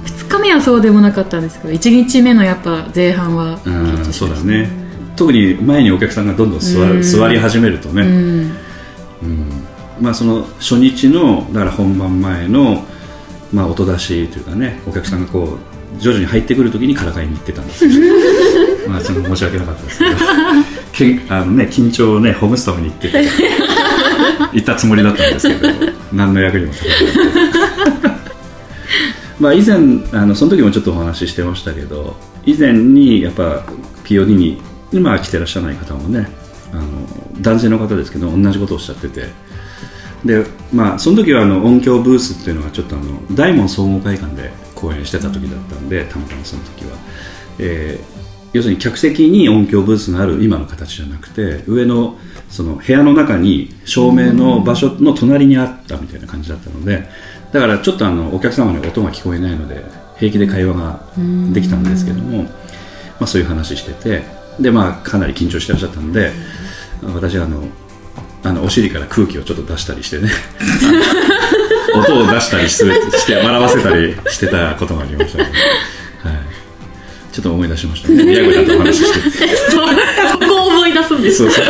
Speaker 4: ふつかめはそうでもなかったんですけどいちにちめのやっぱ前半は緊張しました。
Speaker 3: そうだね、特に前にお客さんがどんどん座る、座り始めるとね、うんうん、まあその初日のだから本番前の、まあ、音出しというかね、お客さんがこう徐々に入ってくるときにからかいに行ってたんですけどまあちょっと申し訳なかったですけどけんあの、ね、緊張をねほぐすために行ってて行ったつもりだったんですけど何の役にも立たなかったまあ以前あのその時もちょっとお話ししてましたけど、以前にやっぱ ピーオーディー に今来てらっしゃらない方もね、あの男性の方ですけど同じことをおっしゃってて、でまあその時はあの音響ブースっていうのがちょっとあの大門総合会館で公演してた時だったんで、たまたまその時は、えー、要するに客席に音響ブースがある今の形じゃなくて、上のその部屋の中に照明の場所の隣にあったみたいな感じだったので、だからちょっとあのお客様に音が聞こえないので平気で会話ができたんですけども、まあ、そういう話してて、で、まあ、かなり緊張してらっしゃったんで、私はあのあのお尻から空気をちょっと出したりしてね音を出したりして笑わせたりしてたことがありましたけど、はい、ちょっと思い出しましたね、ヤゴちゃんとお話ししてて
Speaker 4: そ, そこを思い出すんですか。そうそう、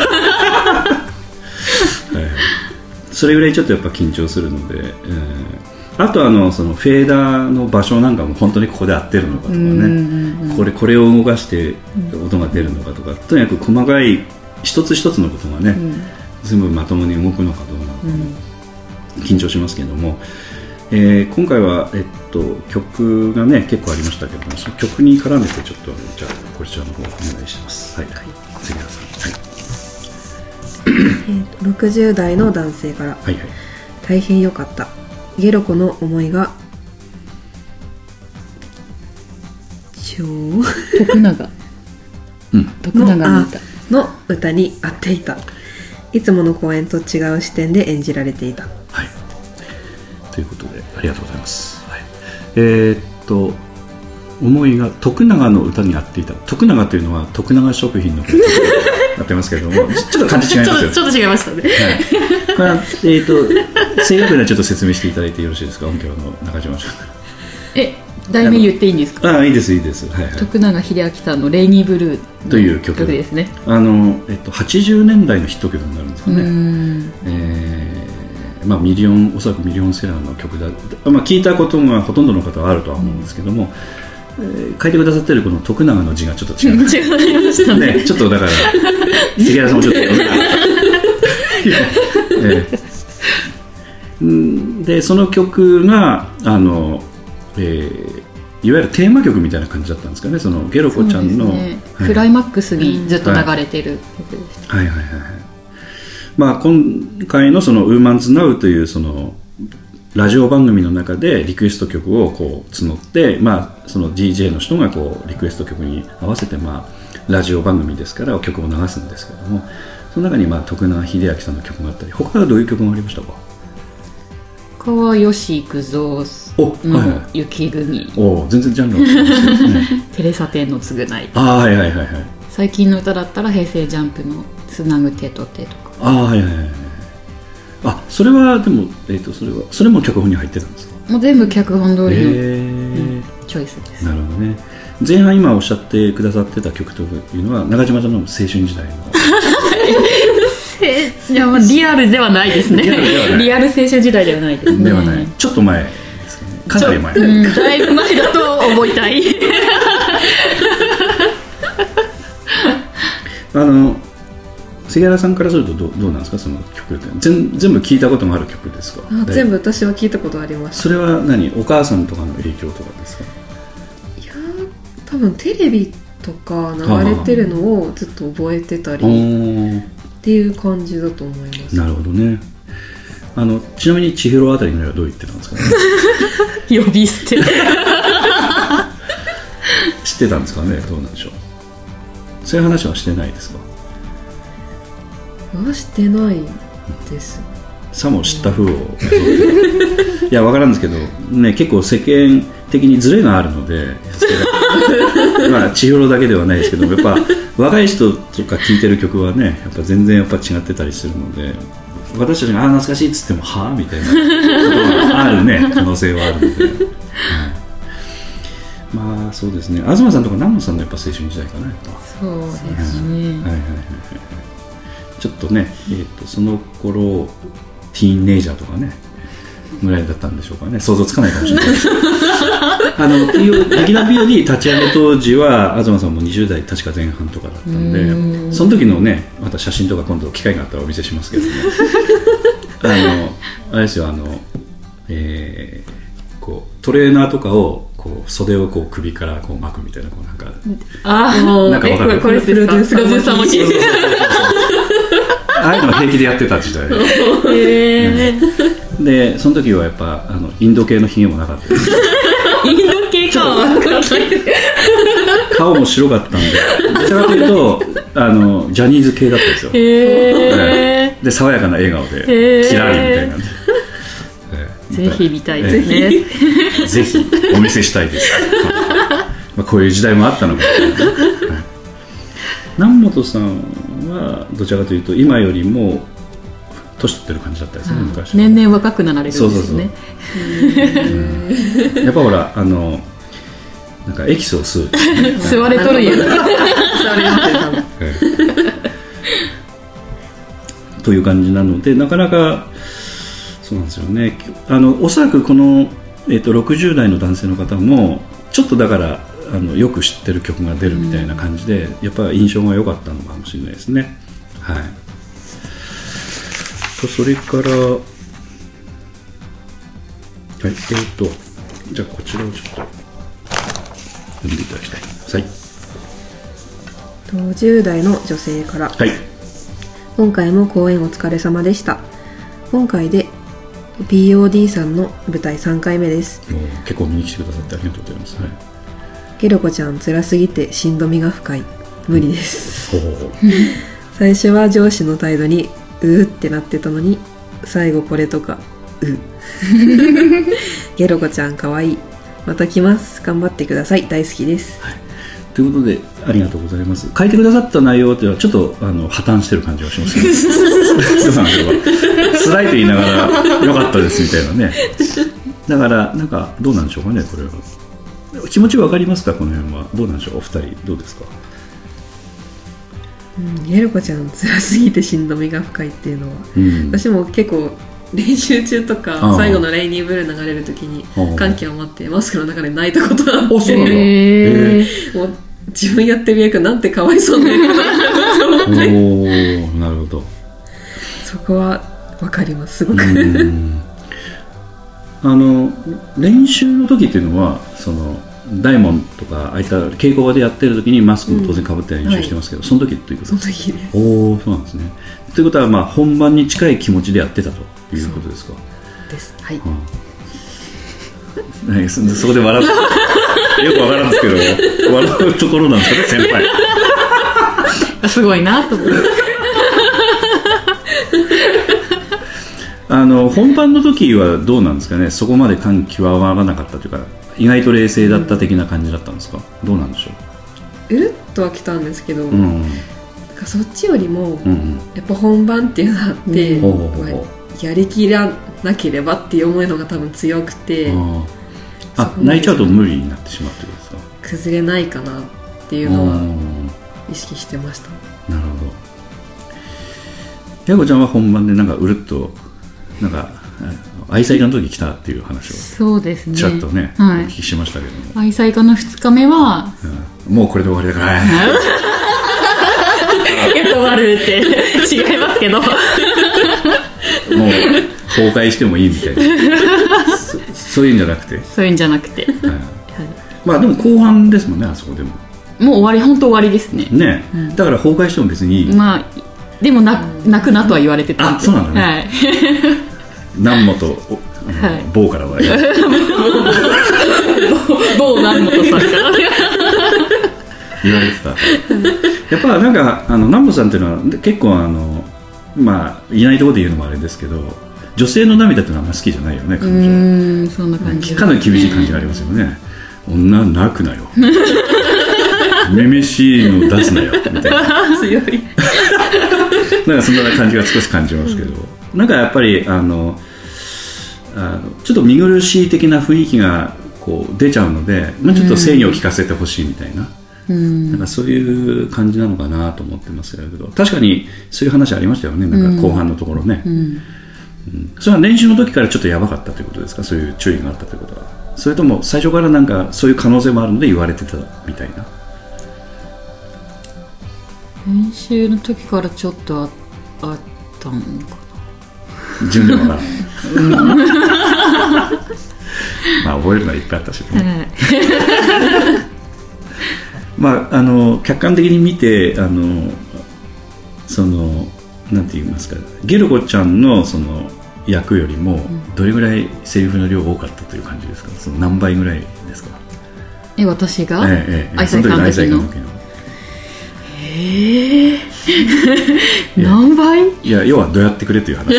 Speaker 3: はい、それぐらいちょっとやっぱ緊張するので、えー、あとあのそのフェーダーの場所なんかも本当にここで合ってるのかとかね、これこれを動かして音が出るのかとか、とにかく細かい一つ一つのことがね、うん、全部まともに動くのかどうなのか、うん、緊張しますけれども、えー、今回は、えっと、曲がね結構ありましたけども、その曲に絡めてちょっとじゃあこちらの方お願いします。はい、はい、杉原さん、はい
Speaker 6: えー、ろくじゅう代の男性から、はいはい、大変良かった、ゲロコの思いが超
Speaker 4: 徳永、うん、徳永の歌
Speaker 6: の歌に合っていた、いつもの公演と違う視点で演じられていた、
Speaker 3: はい、ということでありがとうございます、はい、えー、っと思いが徳永の歌に合っていた、徳永というのは徳永食品のことになってますけれどもちょっと感じ違いますよ
Speaker 4: ちょっと、ちょっと違いましたね、はい、
Speaker 3: これは、えー、っと正確にはちょっと説明していただいてよろしいですか、音響の中島さん。
Speaker 4: え題名言っていいんですか。
Speaker 3: ああ、いいですいいです、はいはい、
Speaker 4: 徳永英明さんのレイニーブルー
Speaker 3: という曲
Speaker 4: ですね。
Speaker 3: あの、えっと、はちじゅうねんだいのヒット曲になるんですかね。えーまあ、ミリオンおそらくミリオンセラーの曲だ、まあ、聞いたことがほとんどの方はあるとは思うんですけども、うん、えー、書いてくださってるこの徳永の字がちょっと違う
Speaker 4: 違いました ね,
Speaker 3: ねちょっとだから杉原さんもちょっとえー、でその曲があの、えーいわゆるテーマ曲みたいな感じだったんですかね、そのゲロコちゃんの、ね、
Speaker 4: はい、クライマックスにずっと流れてる曲でした、
Speaker 3: はい、はいはいはいはい。まあ、今回のそのウーマンズナウというそのラジオ番組の中でリクエスト曲をこう募って、まあ、その ディージェー の人がこうリクエスト曲に合わせて、まあ、ラジオ番組ですから曲を流すんですけども、その中にまあ徳永英明さんの曲があったり、他はどういう曲がありましたか。
Speaker 4: 他は吉幾三の雪国、
Speaker 3: お、全然ジャンルは違うんですよね
Speaker 4: テレサテンの償い、
Speaker 3: あ、はいはいはいはい、
Speaker 4: 最近の歌だったら平成ジャンプのつなぐ手と手とか、
Speaker 3: あ、はいはいはい、あ、それはでも、えーと、それはそれも脚本に入ってたんですか。
Speaker 4: もう全部脚本通りの、えーうん、チョイスです。
Speaker 3: なるほどね。前半今おっしゃってくださってた曲というのは中島さんの青春時代の
Speaker 4: いや、まあ、リアルではないですね。リアル青春時代ではないですね。
Speaker 3: ではない。ちょっと前ですかね。かなり前。
Speaker 4: うん、だいぶ前だと思いたい。
Speaker 3: あの杉原さんからすると ど, どうなんですか、その曲って 全, 全部聞いたことがある曲ですか？
Speaker 6: あ、全部私は聞いたことあります。
Speaker 3: それは何、お母さんとかの影響とかですか？
Speaker 6: いや多分テレビとか流れてるのをずっと覚えてたりっていう感じだと思います。
Speaker 3: なるほどね。あのちなみに千尋あたりのはどう言ってたんですかね？
Speaker 4: 呼び捨て
Speaker 3: 知ってたんですかね、どうなんでしょう。そういう話はしてないですか？
Speaker 6: はしてないです。
Speaker 3: さも知った風をいや分からんですけど、ね、結構世間的にズレがあるのでまあ千尋だけではないですけど、やっぱ若い人とか聴いてる曲はね、やっぱ全然やっぱ違ってたりするので、私たちがあ懐かしいっつってもはぁみたいなことがあるね可能性はあるので、はい、まあそうですね。東さんとか南野さんのやっぱ青春時代かな、やっぱ
Speaker 4: そうですね、
Speaker 3: はいはいはいはい、ちょっとね、えー、とその頃ティーンネイジャーとかねぐらいだったんでしょうかね、想像つかないかもしれないですあの劇団 ピーオーディー 立ち上げ当時は東さんもにじゅう代確か前半とかだったんで、んその時のねまた写真とか今度機会があったらお見せしますけどもあのあれですよ、あの、えー、こうトレーナーとかをこう袖をこう首からこう巻くみたいな、こうなんか
Speaker 4: あもう
Speaker 3: なんかわかる、
Speaker 4: これプロデューサーも聞いて
Speaker 3: ああいうの平気でやってた時代で、
Speaker 4: へ
Speaker 3: ー、でその時はやっぱあのインド系のひげもなかったです
Speaker 4: インド系か
Speaker 3: 顔も白かったんで、どちらかというとあのジャニーズ系だったんですよ。
Speaker 4: へ
Speaker 3: ーで爽やかな笑顔でキラリみたいな
Speaker 4: ぜひ見たいですね、え
Speaker 3: ー、ぜひお見せしたいですまあこういう時代もあったのか、はい、南本さんはどちらかというと今よりも年取ってる感じだったですね、昔。
Speaker 4: 年々若くなられるんですね。そうそうそう、
Speaker 3: うん、やっぱほらあのなんかエキスを吸う、ね、
Speaker 4: 吸われとるやん吸われますよ多分、
Speaker 3: ええ、という感じなので、なかなかそうなんですよね。あのおそらくこの、えーと、ろくじゅう代の男性の方もちょっとだからあのよく知ってる曲が出るみたいな感じで、うん、やっぱり印象が良かったのかもしれないですね。はい。とそれから、はい、えーとじゃあこちらをちょっと読んでいただきたい。はい。
Speaker 6: じゅう代の女性から、
Speaker 3: はい、
Speaker 6: 今回も公演お疲れ様でした。今回で ピーオーディー さんの舞台さんかいめです。
Speaker 3: もう結構見に来てくださってありがとうございます。はい、
Speaker 6: ゲロコちゃん辛すぎてしんどみが深い、無理です、
Speaker 3: うん、
Speaker 6: 最初は上司の態度にうーってなってたのに、最後これとかうゲロコちゃんかわいい、また来ます、頑張ってください、大好きです、はい、
Speaker 3: ということでありがとうございます。書いてくださった内容というのはちょっとあの破綻してる感じがしますけど辛いと言いながら良かったですみたいなね。だからなんかどうなんでしょうかね、これは気持ち分かりますか、この辺はどうなんでしょう。お二人どうですか。
Speaker 6: うん、ゲロコちゃん辛すぎてしんどみが深いっていうのは、うん、私も結構練習中とか最後のレイニーブルー流れるときに感極まってマスクの中で泣いたことがあって、
Speaker 3: あ、そうなんだ。へ
Speaker 6: ー、もう自分やってる役なんてかわいそうな役だなと思って、
Speaker 3: おー、なるほど、
Speaker 6: そこは分かります、すごく。
Speaker 3: うんあの練習の時っていうのはその大門とかああいった稽古場でやってる時にマスクも当然かぶって練習してますけど、うん、はい、その時ということですか。
Speaker 6: その時です。
Speaker 3: おー、そうなんですね。ということはまあ本番に近い気持ちでやってたということですか。
Speaker 6: そうです、はい、は
Speaker 3: あ、そ, そこで笑うよくわからんですけど笑うところなんですかね、先輩
Speaker 4: すごいなと思って
Speaker 3: あの本番の時はどうなんですかね。そこまで感極まらなかったというか、意外と冷静だった的な感じだったんですか、うん、どうなんでしょ
Speaker 6: う。うるっとは来たんですけど、うん、なんかそっちよりも、うん、やっぱ本番っていうのがあって、うん、やりきらなければっていう思いのが多分強くて、
Speaker 3: あ、泣いちゃうと無理になってしまうってことですか。
Speaker 6: 崩れないかなっていうのは意識してました。
Speaker 3: なるほど。やこちゃんは本番でなんかうるっとなんか愛妻家の時来たっていう話を
Speaker 4: そうですね、
Speaker 3: ちらっとね、はい、お聞きしましたけども、
Speaker 4: 愛妻家のふつかめは、
Speaker 3: うん、もうこれで終わりだから
Speaker 4: なるって違いますけどもう
Speaker 3: 崩壊してもいいみたいなそ, そういうんじゃなくて
Speaker 4: そういうんじゃなくて、はいはい、
Speaker 3: まあでも後半ですもんね、あそこでも
Speaker 4: もう終わり、本当終わりですね。
Speaker 3: ね、うん、だから崩壊しても別にいい。
Speaker 4: まあでもな泣くなとは言われてたんで。
Speaker 3: あ、そうなんだね。はい。南本、はい、某からは
Speaker 4: 某南本さんから
Speaker 3: 言われてた。やっぱなんかあの南本さんっていうのは結構あのまあいないところで言うのもあれですけど、女性の涙っていうのはあんま好きじゃないよね。彼女。う
Speaker 4: ーん、そんな感じ。
Speaker 3: かなり厳しい感じがありますよね。女泣くなよ。めめしいの出すなよみたいな
Speaker 4: 強い
Speaker 3: なんかそんな感じが少し感じますけど、うん、なんかやっぱりあのあのちょっと見苦しい的な雰囲気がこう出ちゃうので、まあ、ちょっと制御を聞かせてほしいみたいな、うん、なんかそういう感じなのかなと思ってますけど、確かにそういう話ありましたよね、なんか後半のところね、うんうん、それは練習の時からちょっとやばかったということですか、そういう注意があったということは。それとも最初からなんかそういう可能性もあるので言われてたみたいな。
Speaker 4: 練習の時からちょっと あ, あったのか
Speaker 3: な。自分でもなまあ覚えるのはいっぱいあったしね、まああの客観的に見てあのそのなんて言いますか、ゲルコちゃんのその役よりもどれぐらいセリフの量多かったという感じですか、その何倍ぐらいですか。
Speaker 4: え、私が、
Speaker 3: ええええ、
Speaker 4: 愛妻監督のえー、何倍？
Speaker 3: いや、要はどうやってくれという話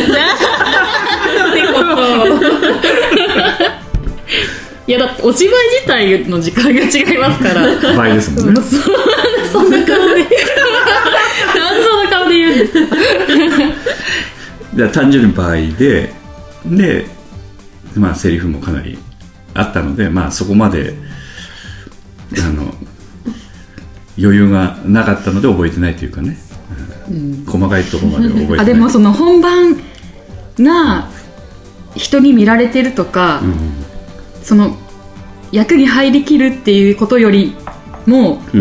Speaker 4: いやだってお芝居自体の時間が違いますから
Speaker 3: 倍ですもんね
Speaker 4: そ, そんな顔でなんでそんな顔で言うんですか
Speaker 3: じゃあ単純に倍でで、まあ、セリフもかなりあったので、まあ、そこまであの余裕がなかったので覚えてないというかね、うん、細かいところまで覚えてない。
Speaker 4: あ、でもその本番が人に見られてるとか、うん、その役に入りきるっていうことよりも、うん、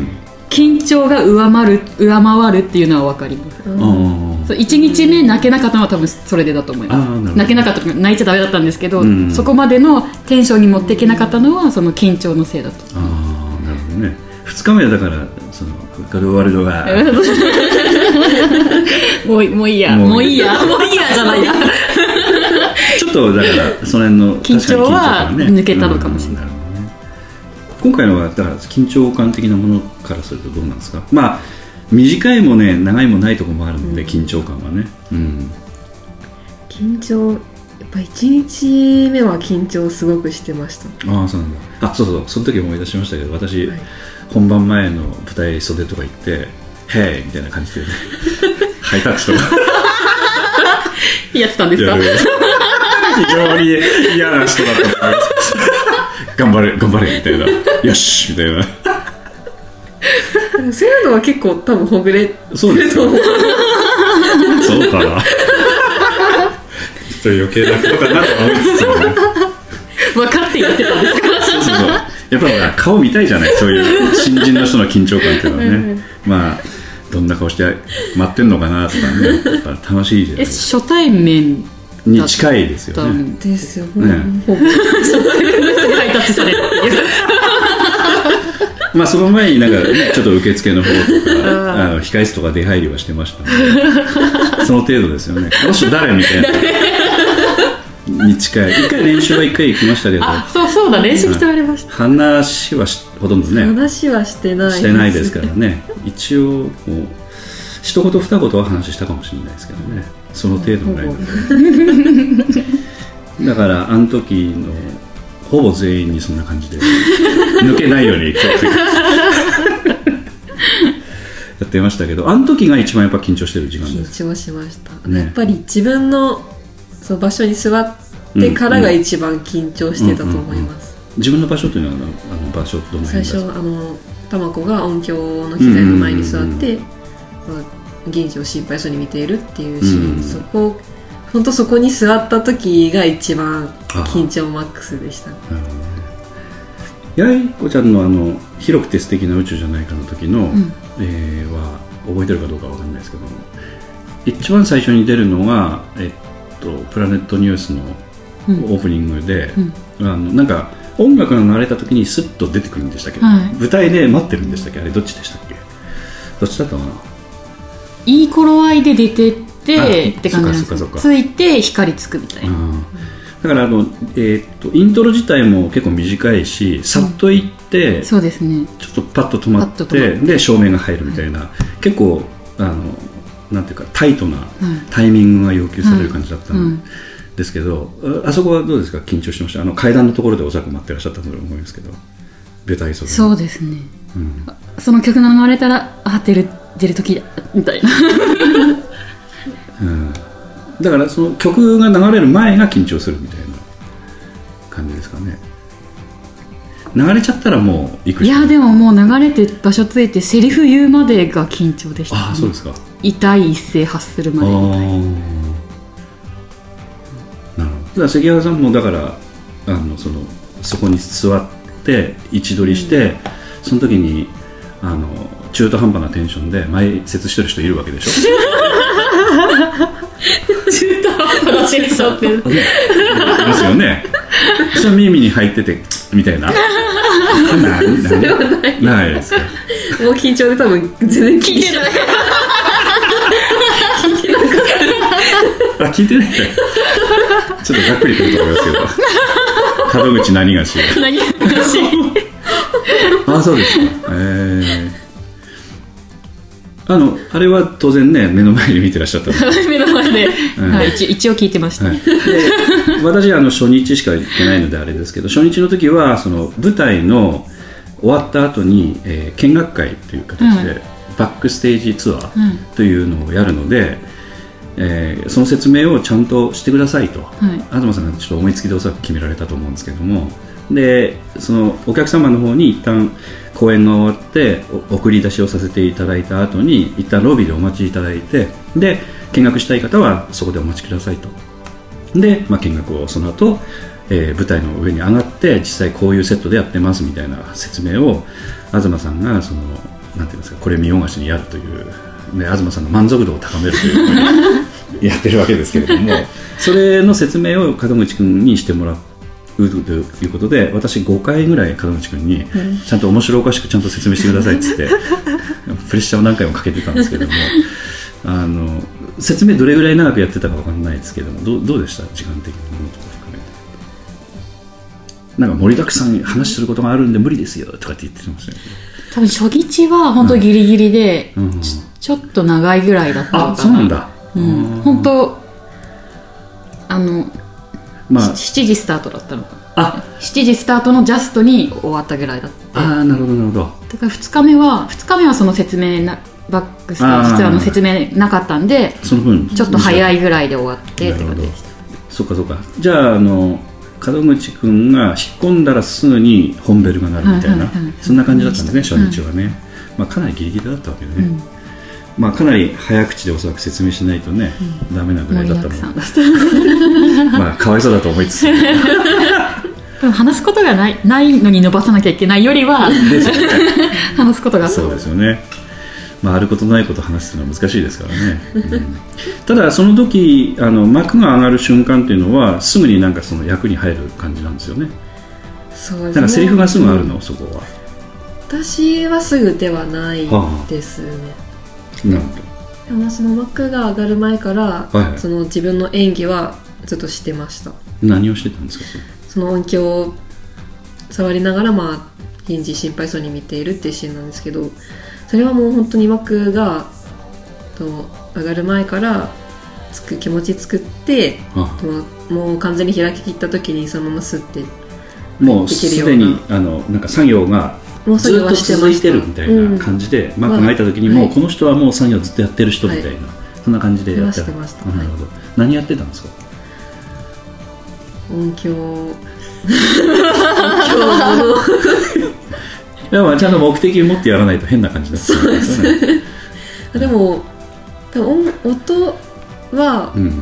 Speaker 4: 緊張が上回る、上回るっていうのは分かります、うん、いちにちめ泣けなかったのは多分それでだと思います。泣けなかったとか泣いちゃダメだったんですけど、うん、そこまでのテンションに持っていけなかったのはその緊張のせいだと。
Speaker 3: あ、なるほどね。ふつかめはだからそのガルワルドが
Speaker 4: もう、もういいやもういいやもういいやじゃないや
Speaker 3: ちょっとだからその辺の
Speaker 4: 緊張は抜けたのかもしれない、うん、なるほどね。
Speaker 3: 今回のはだから緊張感的なものからするとどうなんですか。まあ短いもね長いもないところもあるので、うん、緊張感はね、うん、
Speaker 6: 緊張やっぱいちにちめは緊張すごくしてました。
Speaker 3: ああ、そうなんだ。あ、そうそう、その時思い出しましたけど、私、はい、本番前の舞台袖とか行って「ヘイ!」みたいな感じで、ね、ハイタッチとか
Speaker 4: やってたんですか。
Speaker 3: 非常に嫌な人だった頑張れ頑張れみたいなよしみたいな
Speaker 6: そういうのは結構多分ほぐれてると思う。
Speaker 3: そうかなちょっと余計なことかなと思いつつもね
Speaker 4: 分かってやってたんですか。
Speaker 3: そうそうそう、やっぱり顔見たいじゃない、そういう新人の人の緊張感っていうのはねまあどんな顔して待ってんのかなとかね、やっぱ楽しいじゃないですか。
Speaker 4: 初対面
Speaker 3: に近いですよね。
Speaker 6: ですよね。
Speaker 4: ほぼハイタッチされるっていう
Speaker 3: まあその前になんか、ね、ちょっと受付の方とかあの控室とか出入りはしてましたのでその程度ですよね。この人誰みたいなに近い。一回練習は一回行きましたけど、
Speaker 4: あ、そうそうだ、練習しておりました。
Speaker 3: 話はしほとんどね
Speaker 6: 話はしてない
Speaker 3: してないですからね。一応こう一言二言は話したかもしれないですけどね、その程度ぐらいだからあの時のほぼ全員にそんな感じで抜けないようにやってましたけど、あの時が一番やっぱ緊張してる時間です。
Speaker 6: 緊張しました、ね、やっぱり自分のその場所に座ってからが一番緊張してたと思います。
Speaker 3: 自分の場所というのはあの場所どの辺ですか。
Speaker 6: 最初あの玉子が音響の機材の前に座って、まあ、銀次を心配そうに見ているっていうシーン、うんうん、そこ本当そこに座った時が一番緊張マックスでした。八重子ちゃんのあの広くて素敵な宇宙じゃないかの時の、うん、えー、は
Speaker 3: 覚えてるかどうかわかんないですけども、一番最初に出るのが、えっと、プラネットニュースのオープニングで、うん、あのなんか音楽が流れた時にスッと出てくるんでしたけど、はい、舞台で待ってるんでしたっけ、あれどっちでしたっけ、どっちだったかな。
Speaker 4: いい頃合いで出てってって感じなんですか。ついて光つくみたいな、うん、
Speaker 3: だからあの、えー、っとイントロ自体も結構短いし、さっといって、うん、
Speaker 4: そうですね、
Speaker 3: ちょっとパッと止まってで照明が入るみたいな、はい、結構あのなんていうかタイトなタイミングが要求される感じだったんですけど、うんうん、あ, あそこはどうですか、緊張してました？あの階段のところでおそらく待ってらっしゃったと思いますけど、舞台袖。
Speaker 4: そうですね、うん、その曲が流れたらあ出る出る時だみたいな、
Speaker 3: うん、だからその曲が流れる前が緊張するみたいな感じですかね。流れちゃったらもう行く。
Speaker 4: いやでももう流れて場所ついてセリフ言うまでが緊張でした、ね、
Speaker 3: ああそうですか。
Speaker 4: 痛い一声発するまでみたいな。なるほ
Speaker 3: ど。だから関原さんもだからあの そ, のそこに座って位置取りして、うん、その時にあの中途半端なテンションで前説してる人いるわけでしょ。
Speaker 4: 中途半端なテンションってい
Speaker 3: ますよね。それ耳に入っててみたいな。ない
Speaker 5: それはない
Speaker 3: ないですか。
Speaker 5: もう緊張で多分全然聞いてない。聞いてなかった。
Speaker 3: あ聞いてないちょっとざっくりくると思いますけど。門口何がし
Speaker 4: 何がし
Speaker 3: あそうですか。えーあのあれは当然ね目の前で見てらっしゃった
Speaker 4: 目の前で、うんはい、一, 一応聞いてました、はい、で
Speaker 3: 私あの初日しか行ってないのであれですけど、初日の時はその舞台の終わった後に、えー、見学会という形で、うん、バックステージツアーというのをやるので、うんえー、その説明をちゃんとしてくださいと、はい、東さんがちょっと思いつきでおそらく決められたと思うんですけども、でそのお客様の方に一旦公演が終わって送り出しをさせていただいた後に一旦ロビーでお待ちいただいて、で見学したい方はそこでお待ちくださいと。で、まあ、見学をその後、えー、舞台の上に上がって実際こういうセットでやってますみたいな説明を東さんがそのなんていうんですか、これ見よがしにやるという、ね、東さんの満足度を高めるというふうにやってるわけですけれども、それの説明を門口君にしてもらってということで、私ごかいぐらい門口君にちゃんと面白おかしくちゃんと説明してくださいっつってプレッシャーを何回もかけてたんですけども、あの説明どれぐらい長くやってたか分かんないですけども、 ど, どうでした時間的なものとか含めて。なんか盛りだくさん話することがあるんで無理ですよとかって言ってましたね。
Speaker 4: 多分初日は本当ギリギリで、うん、ち, ちょっと長いぐらいだったのかな。
Speaker 3: あそうなんだ、
Speaker 4: うん、本当あのまあ、しちじスタートだったのか。あしちじスタートのジャストに終わったぐらいだった。
Speaker 3: ああなるほどなるほど。
Speaker 4: だからふつかめはふつかめはその説明なバックステージ実はの説明なかったんで、その分ちょっと早いぐらいで終わってって感じでした。
Speaker 3: そうかそうか。じゃああの門口くんが引っ込んだらすぐに本ベルが鳴るみたいな、はいはいはい、そんな感じだったんですね、初日はね、まあ、かなりギリギリだったわけでね、うんまあ、かなり早口でおそらく説明しないとね、うん、ダメなぐらいだったのまあかわいそうだと思いつつで
Speaker 4: も話すことがない、ないのに伸ばさなきゃいけないよりは話すことが
Speaker 3: そうですよね、まあ、あることないこと話すのは難しいですからね、うん、ただその時あの幕が上がる瞬間っていうのはすぐになんかその役に入る感じなんですよね。
Speaker 5: そうですね、
Speaker 3: なんかセリフがすぐあるの、うん、そこは。
Speaker 5: 私はすぐではないですね、はあ
Speaker 3: なるほ
Speaker 5: ど。でもその幕が上がる前から、はいはい、その自分の演技はずっとしてました。
Speaker 3: 何をしてたんですか？
Speaker 5: その音響を触りながら、まあ、銀次心配そうに見ているっていうシーンなんですけど、それはもう本当に幕がと上がる前からつく気持ち作って、ともう完全に開ききった時にそのままスッて
Speaker 3: もうすでにあのなんか作業がずっと続いてるみたいな感じで、うん、幕が開いた時にも、まあ、この人はもう作業ずっとやってる人みたいな、はい、そんな感じでやって
Speaker 5: ました。
Speaker 3: なるほど。何やってたんですか？
Speaker 5: 音響音
Speaker 3: 響いや、まあちゃんと目的を持ってやらないと変な感じですよね。
Speaker 5: でも多分音は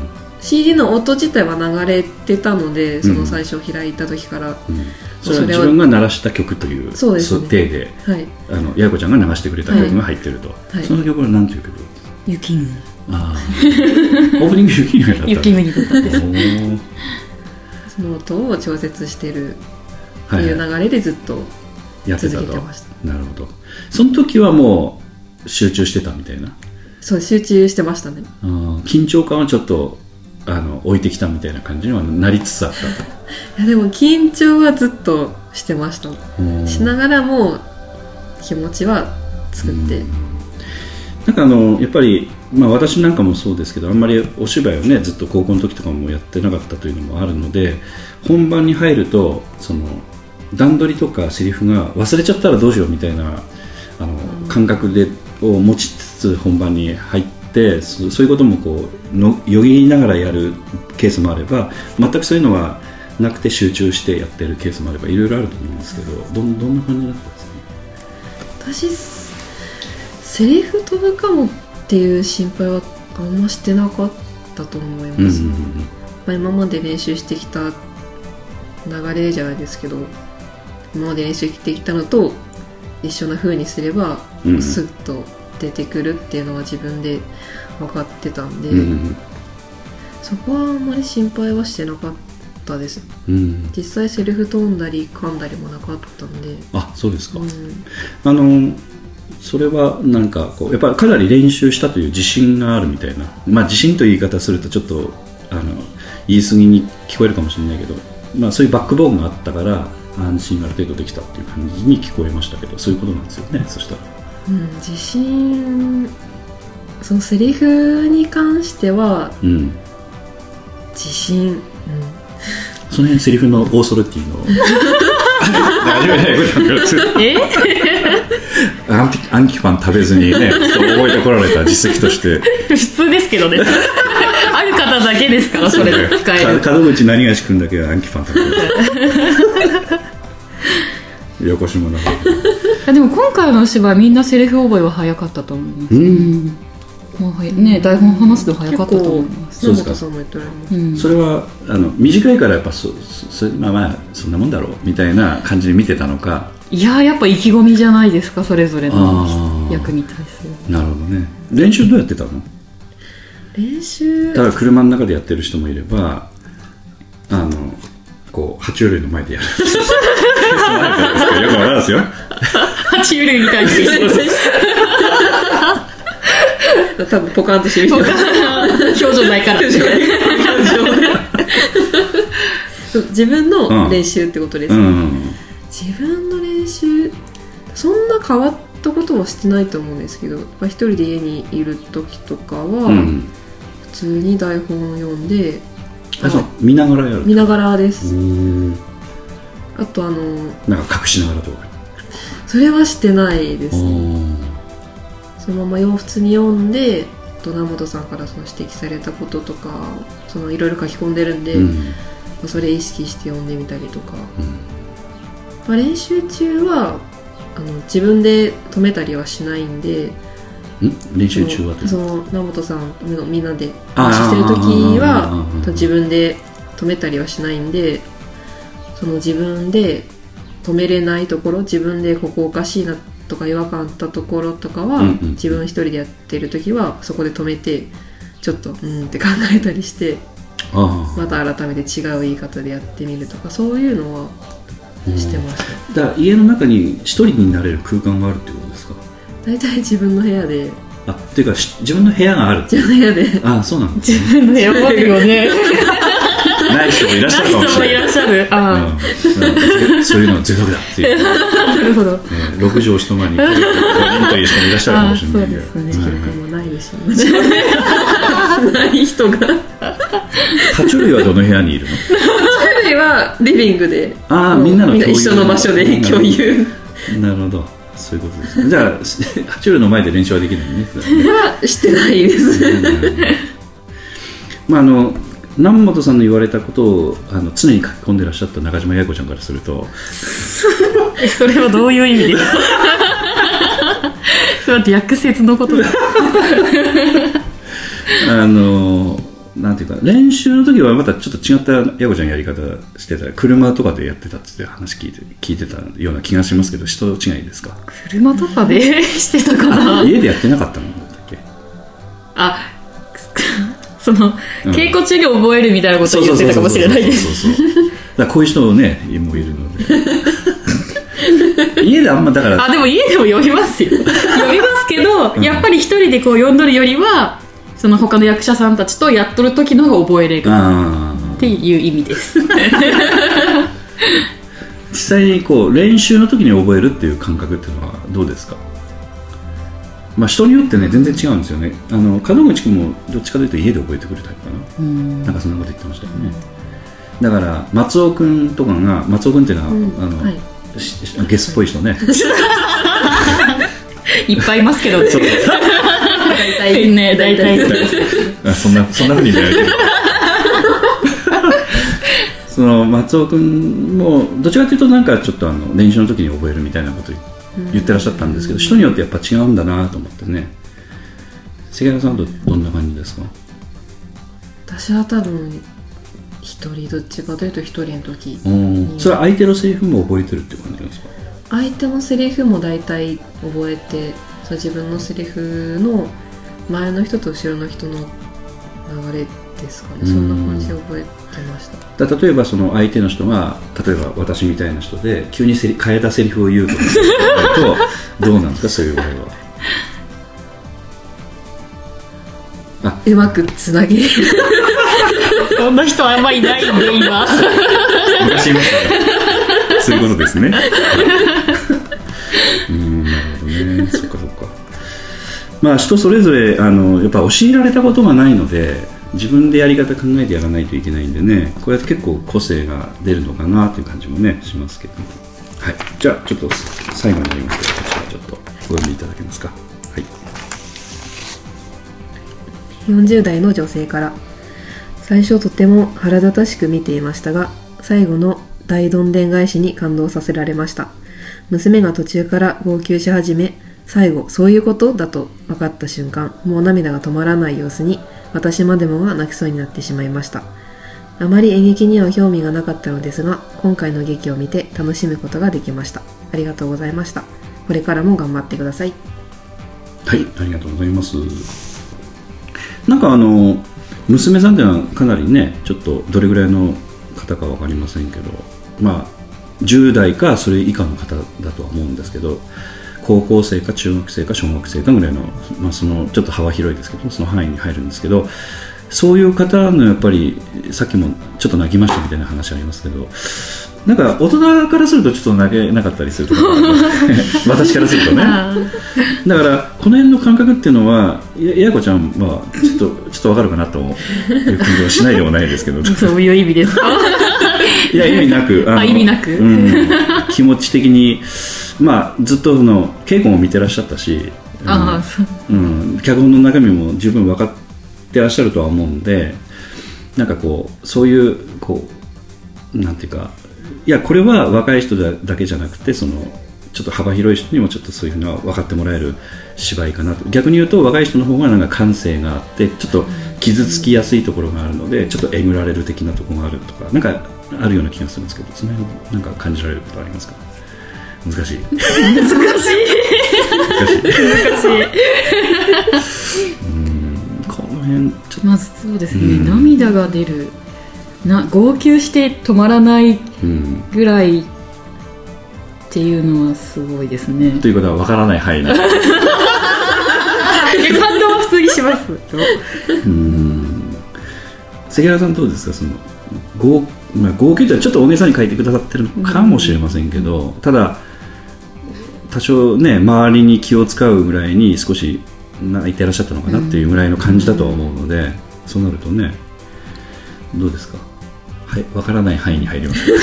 Speaker 5: シーディー の音自体は流れてたので、その最初開いた時から、うん、
Speaker 3: それは自分が鳴らした曲という体で、はい、あのやいこちゃんが流してくれた曲が入ってると、はい、その曲は何ていう曲？
Speaker 4: 雪国。
Speaker 3: ああオープニング雪国だった
Speaker 4: 雪国だったんです
Speaker 5: その音を調節してるっていう流れでずっと続けてました、はいはい、
Speaker 3: なるほど。その時はもう集中してたみたいな。
Speaker 5: そう、集中してましたね。
Speaker 3: あ、緊張感はちょっとあの置いてきたみたいな感じにはなりつつあったと。
Speaker 5: いやでも緊張はずっとしてました。しながらも気持ちは作って、
Speaker 3: なんかあのやっぱり、まあ、私なんかもそうですけど、あんまりお芝居をねずっと高校の時とかもやってなかったというのもあるので、本番に入るとその段取りとかセリフが忘れちゃったらどうしようみたいなあの感覚でを持ちつつ本番に入ってそ、そういうこともこうのよぎりながらやるケースもあれば、全くそういうのはなくて集中してやってるケースもあれば、いろいろあると思うんですけど、ど, どんな感じだったんですか？
Speaker 5: 私セリフ飛ぶかもっていう心配はあんましてなかったと思います、うんうんうん、まあ、今まで練習してきた流れじゃないですけど、今まで練習してきたのと一緒な風にすれば、うん、スッと出てくるっていうのは自分で分かってたんで、うんうん、そこはあんまり心配はしてなかったです、うん、実際セリフ飛んだり噛んだりもなかったんで。
Speaker 3: あ、そうですか、うん、あのそれはなんかこうやっぱりかなり練習したという自信があるみたいな、まあ自信という言い方するとちょっとあの言い過ぎに聞こえるかもしれないけど、まあ、そういうバックボーンがあったから安心ある程度できたっていう感じに聞こえましたけど、そういうことなんですよね。そしたら、
Speaker 5: うん、自信、そのセリフに関しては、うん、自信、うん、
Speaker 3: その辺セリフのオーソリティのえアンアンキパン食べずにね覚えてこられた実績として
Speaker 4: 普通ですけどねある方だけですからそれ使える。
Speaker 3: 門口何がし君だけはアンキパン食べるよこしもな
Speaker 4: くでも今回のお芝居みんなセリフ覚えは早かったと思います、うん、もうね、台本話すの早かったと思います。
Speaker 5: そうですか。さんも言っておられます、
Speaker 3: うん、それはあの短いからやっぱそそまあまあそんなもんだろうみたいな感じで見てたのか。
Speaker 4: いややっぱ意気込みじゃないですか、それぞれの役に対する。
Speaker 3: なるほどね。練習どうやってたの？
Speaker 5: 練習
Speaker 3: だから車の中でやってる人もいれば、あのこう爬虫類の前でやるよくわかるんですよ
Speaker 4: 爬虫類みたいに
Speaker 5: 多分ポカンとしてる人
Speaker 4: 表情ないから
Speaker 5: 自分の練習ってことです、うんうん、自分の練習そんな変わったことはしてないと思うんですけど、一人で家にいる時とかは、うん、普通に台本を読んで、
Speaker 3: あ、そう、見ながらやる。
Speaker 5: 見ながらです。あとあの
Speaker 3: なんか隠しながらとか
Speaker 5: それはしてないですね。そのまま普通に読んで、名本さんからその指摘されたこととかそのいろいろ書き込んでるんで、うん、それ意識して読んでみたりとか、うんまあ、練習中はあの自分で止めたりはしないんで。
Speaker 3: ん練習中は
Speaker 5: その名本さんのみんなで練習してる時は自分で止めたりはしないんで、その自分で止めれないところ、自分でここおかしいなとか違和感あったところとかは、うんうん、自分一人でやってる時はそこで止めてちょっとうんって考えたりして、また改めて違う言い方でやってみるとか、そういうのはしてました。
Speaker 3: だから家の中に一人になれる空間があるってことですか？
Speaker 5: 大体自分の部屋で。
Speaker 3: あ、っていうか自分の部屋がある。
Speaker 5: 自分の部屋で。
Speaker 3: あ、そうなんです、
Speaker 4: ね、自分の部屋もあるよね。
Speaker 3: ない人もいらっしゃるかもしれない。
Speaker 4: ない人もいらっしゃる。あ、
Speaker 3: うん、そういうのは贅沢だっていう。
Speaker 5: なるほど。
Speaker 3: えー、ろくじょう一間にごにんという人もいらっしゃるかもしれない。
Speaker 5: そうですね。記録もないでしょう。ない人が。
Speaker 3: 爬虫類はどの部屋にいるの？
Speaker 5: 爬虫類はリビングで。
Speaker 3: ああ、みんなの共有。
Speaker 5: 一緒の場所で共有。
Speaker 3: なるほど。そういうことです。じゃあ爬虫類の前で練習はできないね。
Speaker 5: はしてないです。
Speaker 3: まああの南本さんの言われたことをあの常に書き込んでらっしゃった中島八重子ちゃんからすると
Speaker 4: それはどういう意味ですか？それは略説のことだ。
Speaker 3: あのなんていうか練習の時はまたちょっと違ったやこちゃんやり方してた、車とかでやってたって話聞いて聞いてたような気がしますけど、人違いですか？
Speaker 4: 車とかでしてたかな。
Speaker 3: 家でやってなかったのだっけ？
Speaker 4: あ、その、うん、稽古中に覚えるみたいなことを言ってたかもしれないです。
Speaker 3: だからこういう人ねもいるので家であんまだから
Speaker 4: あでも家でも読みますよ読みますけど、うん、やっぱり一人でこう読んどるよりはその他の役者さんたちとやっとる時の方が覚えれるっていう意味です
Speaker 3: 実際にこう練習の時に覚えるっていう感覚っていうのはどうですか？まあ、人によってね全然違うんですよね。あの門口君もどっちかというと家で覚えてくるタイプかな。うんなんかそんなこと言ってましたよね。だから松尾君とかが松尾君っていうのは、うんあのはい、ゲスっぽい人ね
Speaker 4: いっぱいいますけどね大体ね大体
Speaker 3: そんなそんな風に見られてるその松尾君もどちらかというとなんかちょっとあの練習の時に覚えるみたいなこと言ってらっしゃったんですけど、人によってやっぱ違うんだなと思ってね。関原さんとどんな感じですか？
Speaker 5: 私は多分一人どっちかというと一人の時
Speaker 3: にそれは相手のセリフも覚えてるって感じなんですか？
Speaker 5: 相手のセリフも大体覚えて、そう自分のセリフの前の人と後ろの人の流れですかね。そんな感じで覚えてました。
Speaker 3: だ例えばその相手の人が例えば私みたいな人で急にセリ変えたセリフを言うとかとどうなんですかそういう場合は。
Speaker 5: あうまくつなげる
Speaker 4: そんな人あんまりいないんで今
Speaker 3: 昔いましたねそういうことですねうんなるほどねそっかそっか。まあ人それぞれあのやっぱ教えられたことがないので自分でやり方考えてやらないといけないんでね、これは結構個性が出るのかなという感じもねしますけども、はい、じゃあちょっと最後になりますけどこちらちょっとご読みいただけますか。はい、
Speaker 6: よんじゅう代の女性から、最初とても腹立たしく見ていましたが最後の大どんでん返しに感動させられました。娘が途中から号泣し始め、最後そういうことだと分かった瞬間、もう涙が止まらない様子に私までもが泣きそうになってしまいました。あまり演劇には興味がなかったのですが、今回の劇を見て楽しむことができました。ありがとうございました。これからも頑張ってください。
Speaker 3: はい、ありがとうございます。なんかあの娘さんってのはかなりね、ちょっとどれぐらいの方か分かりませんけど、まあじゅう代かそれ以下の方だとは思うんですけど、高校生か中学生か小学生かぐらいの、まあ、そのちょっと幅広いですけどその範囲に入るんですけど、そういう方のやっぱりさっきもちょっと泣きましたみたいな話ありますけど、なんか大人からするとちょっと泣けなかったりするところがあります私からするとねだからこの辺の感覚っていうのはやこちゃんはちょっとちょっと分かるかなという感じはしないでもないですけど
Speaker 4: そういう意味ですか
Speaker 3: いや意味なく
Speaker 4: ああ意味なく、
Speaker 3: うん、気持ち的にまあ、ずっとその稽古も見てらっしゃったし、
Speaker 4: あ
Speaker 3: うん、脚本の中身も十分分かってらっしゃるとは思うんで、なんかこうそういうこうなんていうか、いやこれは若い人だけじゃなくてそのちょっと幅広い人にもちょっとそういうのは分かってもらえる芝居かなと。逆に言うと若い人の方がなんか感性があってちょっと傷つきやすいところがあるのでちょっとえぐられる的なところがあるとかなんかあるような気がするんですけど、その辺なんか感じられることはありますか？難しい難しい
Speaker 4: 難しい難しい
Speaker 3: うんこの辺ちょっと
Speaker 4: まずそうですね、うん、涙が出るな号泣して止まらないぐらいっていうのはすごいですね、
Speaker 3: うん、ということは分からない範囲で感
Speaker 4: 動は普通にします
Speaker 3: うん関原さんどうですか？その号、まあ、号泣とはちょっと大げさに書いてくださってるのかもしれませんけど、うん、ただ多少ね周りに気を使うぐらいに少し泣いてらっしゃったのかなっていうぐらいの感じだとは思うので、うん、そうなるとねどうですか？はい、分からない範囲に入ります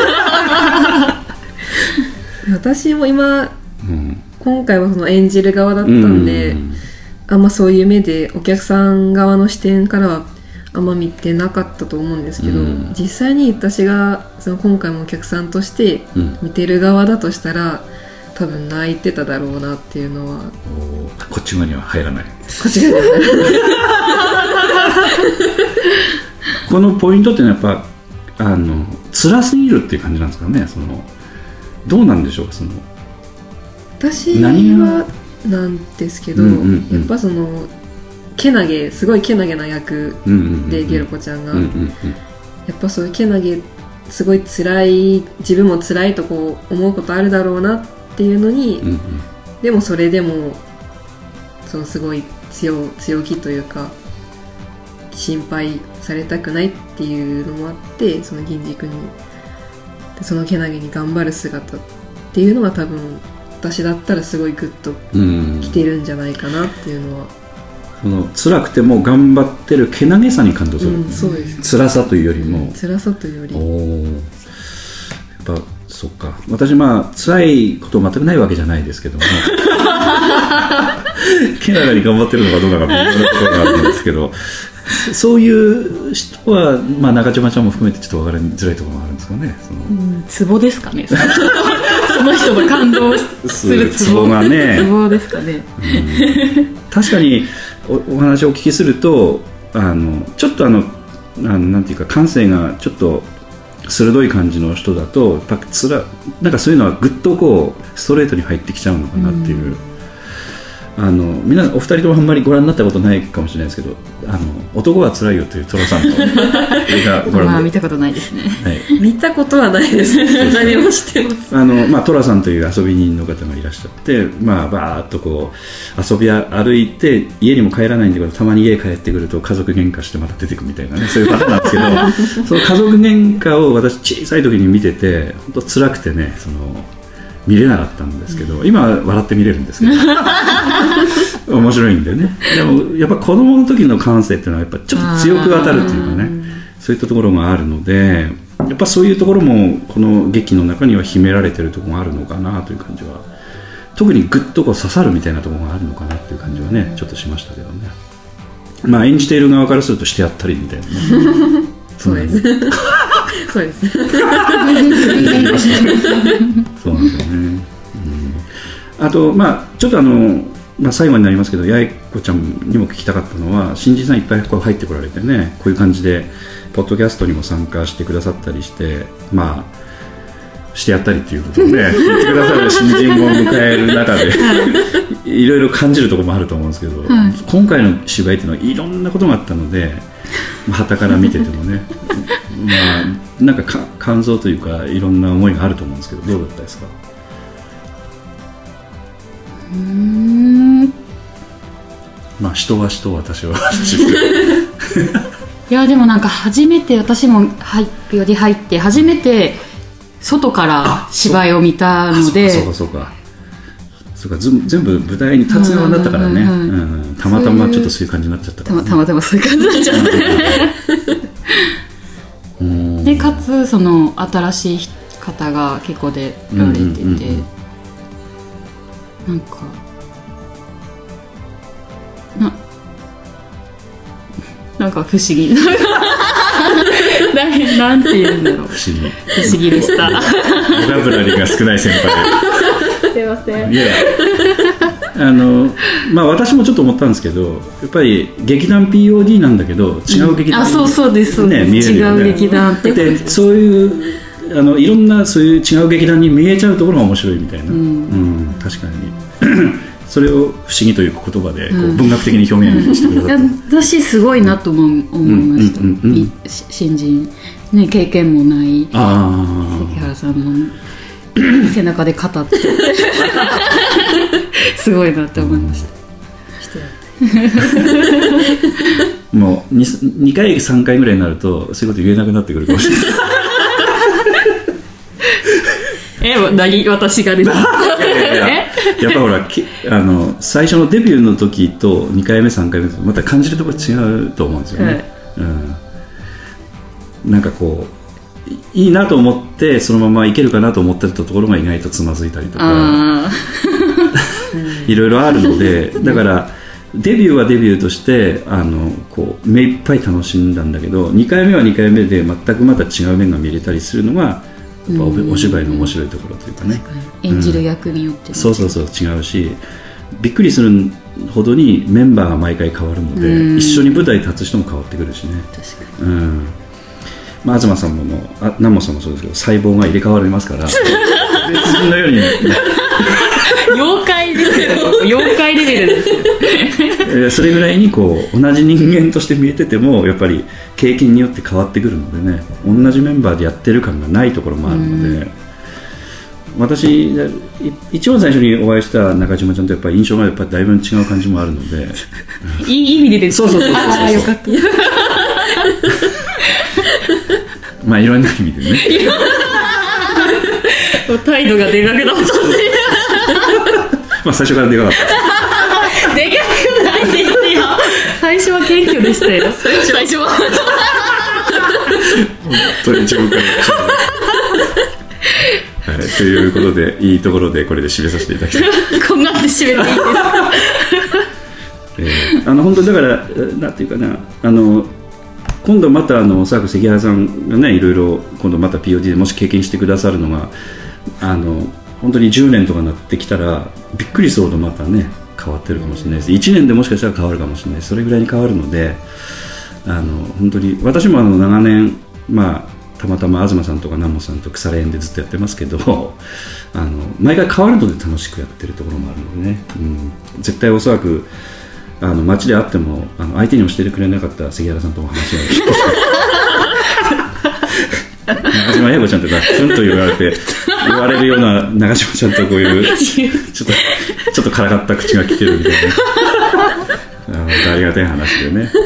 Speaker 6: 私も今、うん、今回はその演じる側だったんで、うん、あんまそういう目でお客さん側の視点からはあんま見てなかったと思うんですけど、うん、実際に私がその今回もお客さんとして見てる側だとしたら、うん、多分泣いてただろうなっていうのは。
Speaker 3: こっち側には入らない。
Speaker 6: こっち側には入らない
Speaker 3: このポイントっていうのはやっぱあの辛すぎるっていう感じなんですかね。そのどうなんでしょうか。その
Speaker 6: 私はなんですけど、うんうんうん、やっぱそのけなげすごいけなげな役でゲロコちゃんが、うんうんうん、やっぱそういうけなげすごい辛い自分も辛いとこう思うことあるだろうなっていうのに、うんうん、でもそれでもそのすごい 強, 強気というか心配されたくないっていうのもあって、その銀次君にそのけなげに頑張る姿っていうのは多分私だったらすごいグッときてるんじゃないかなっていうのは、
Speaker 3: その辛くても頑張ってるけなげさに感動する、うん、
Speaker 6: そうです。
Speaker 3: 辛さというよりも
Speaker 6: 辛さというより
Speaker 3: おやっぱそっか。私まあ辛いこと全くないわけじゃないですけどもけなげに頑張ってるのかどうかが微妙なところがあるんですけどそういう人は、まあ、中島ちゃんも含めてちょっと分かりづらいところもあるんですかね。その
Speaker 4: うんツボですかねその人が感動するツボ
Speaker 3: がね
Speaker 4: ツボですかね、
Speaker 3: うん、確かに お, お話をお聞きするとあのちょっとあのあのなんていうか感性がちょっと鋭い感じの人だとやっぱつらなんかそういうのはぐっとこうストレートに入ってきちゃうのかなっていう、うんあのみんなお二人ともあんまりご覧になったことないかもしれないですけど、あの男はつらいよというトラさんの映画ご覧
Speaker 4: まあ見たことないですね、
Speaker 6: はい、見たことはないです何もしてます
Speaker 3: あの、まあ、トラさんという遊び人の方がいらっしゃって、まあ、バーッとこう遊び歩いて家にも帰らないんだけどたまに家帰ってくると家族喧嘩してまた出てくみたいなねそういう方なんですけどその家族喧嘩を私小さい時に見てて本当辛くてねその見れなかったんですけど、今は笑って見れるんですけど面白いんでね。でもやっぱ子供の時の感性っていうのはやっぱちょっと強く当たるっていうかね、そういったところがあるのでやっぱそういうところもこの劇の中には秘められてるところがあるのかなという感じは、特にグッとこう刺さるみたいなところがあるのかなっていう感じはねちょっとしましたけどね。まあ演じている側からするとしてやったりみたいなね
Speaker 6: そうですそうです
Speaker 3: そうなんですよね、うん、あとまあちょっとあの、まあ、最後になりますけど八重子ちゃんにも聞きたかったのは新人さんいっぱいこう入ってこられてねこういう感じでポッドキャストにも参加してくださったりしてまあしてやったりっていうことをね言ってくださる新人も迎える中でいろいろ感じるところもあると思うんですけど、はい、今回の芝居っていうのはいろんなことがあったので傍から見ててもねまあなんかか感想というかいろんな思いがあると思うんですけどどうだったですか？
Speaker 4: うーん
Speaker 3: まあ人は人私は私
Speaker 4: いやでもなんか初めて私も入より入って初めて外から芝居を見たので
Speaker 3: そうかそうかそうか全部舞台に立つ側だったからね、うんうんうん、たまたまちょっとそういう感じになっちゃったから、ね、
Speaker 4: たまたまそういう感じになっちゃってでかつその新しい方が結構出られてて、うんうんうんうん、なんかななんか不思議な, なんて言うんだろう
Speaker 3: 不思議
Speaker 4: 不思議でした
Speaker 3: ボキャブラリーが少ない先輩
Speaker 4: すいません
Speaker 3: いやあの、まあ、私もちょっと思ったんですけどやっぱり劇団 ピーオーディー なんだけど違う劇団、
Speaker 4: うん、あそうそうですそうです、ね、見えるよね、違う劇団って
Speaker 3: でそういうあのいろんなそういう違う劇団に見えちゃうところが面白いみたいな、うんうん、確かにそれを不思議という言葉でこう文学的に表現してくださった、うん、
Speaker 4: 私すごいなと思いました、うんうんうんうん、新人、ね、経験もない関原さんの背中で語ってすごいなと思いました、
Speaker 3: もう 2, にかいさんかいぐらいになるとそういうこと言えなくなってくるかもしれない
Speaker 4: え何私がですか
Speaker 3: やっぱほらあの最初のデビューの時とにかいめさんかいめとまた感じるところ違うと思うんですよね、はいうん、なんかこういいなと思ってそのままいけるかなと思ってたところが意外とつまずいたりとかいろいろあるのでだからデビューはデビューとしてあのこう目いっぱい楽しんだんだけどにかいめはにかいめで全くまた違う面が見れたりするのがやっぱ お, お芝居の面白いところというかね、
Speaker 4: うん、演じる役によって、
Speaker 3: うん、そうそうそう違うしびっくりするほどにメンバーが毎回変わるので、一緒に舞台に立つ人も変わってくるしね。
Speaker 4: 確かに、
Speaker 3: うんまあ、東さんももあ南本さんもそうですけど細胞が入れ替わりますから別人のように、ね、
Speaker 4: 妖怪ですよ妖怪レベルですよ
Speaker 3: それぐらいにこう同じ人間として見えててもやっぱり経験によって変わってくるのでね、同じメンバーでやってる感がないところもあるので、私一番最初にお会いした中島ちゃんとやっぱり印象がやっぱりだいぶ違う感じもあるので
Speaker 4: いい意味でです
Speaker 3: か？そうそうそうそう
Speaker 4: ああよかった
Speaker 3: まあいろんな意味でね
Speaker 4: 態度がでかくなったって
Speaker 3: まあ最初からでかかった
Speaker 4: でかくないですよ最初は謙虚でしたよ最初は
Speaker 3: 本当に自分からはい、ということでいいところでこれで締めさせていただきたい
Speaker 4: こんなって締めていいですか、
Speaker 3: えー、あの本当だからなんていうかなあの今度またあのおそらく関原さんがねいろいろ今度また ピーオーディー でもし経験してくださるのがあの本当にじゅうねんとかなってきたらびっくりするほどまたね変わってるかもしれないです。いちねんでもしかしたら変わるかもしれない、それぐらいに変わるのであの本当に私もあの長年まあたまたま東さんとか南本さんと腐れ縁でずっとやってますけどあの毎回変わるので楽しくやってるところもあるのでね、うん、絶対おそらくあの街で会ってもあの相手にもしてくれなかった関原さんとも話ができて中島英子ちゃんとかツンと言われて言われるような中島ちゃんとこういうちょっとちょっとからかった口が来てるみたいなあ, ありがたい話でね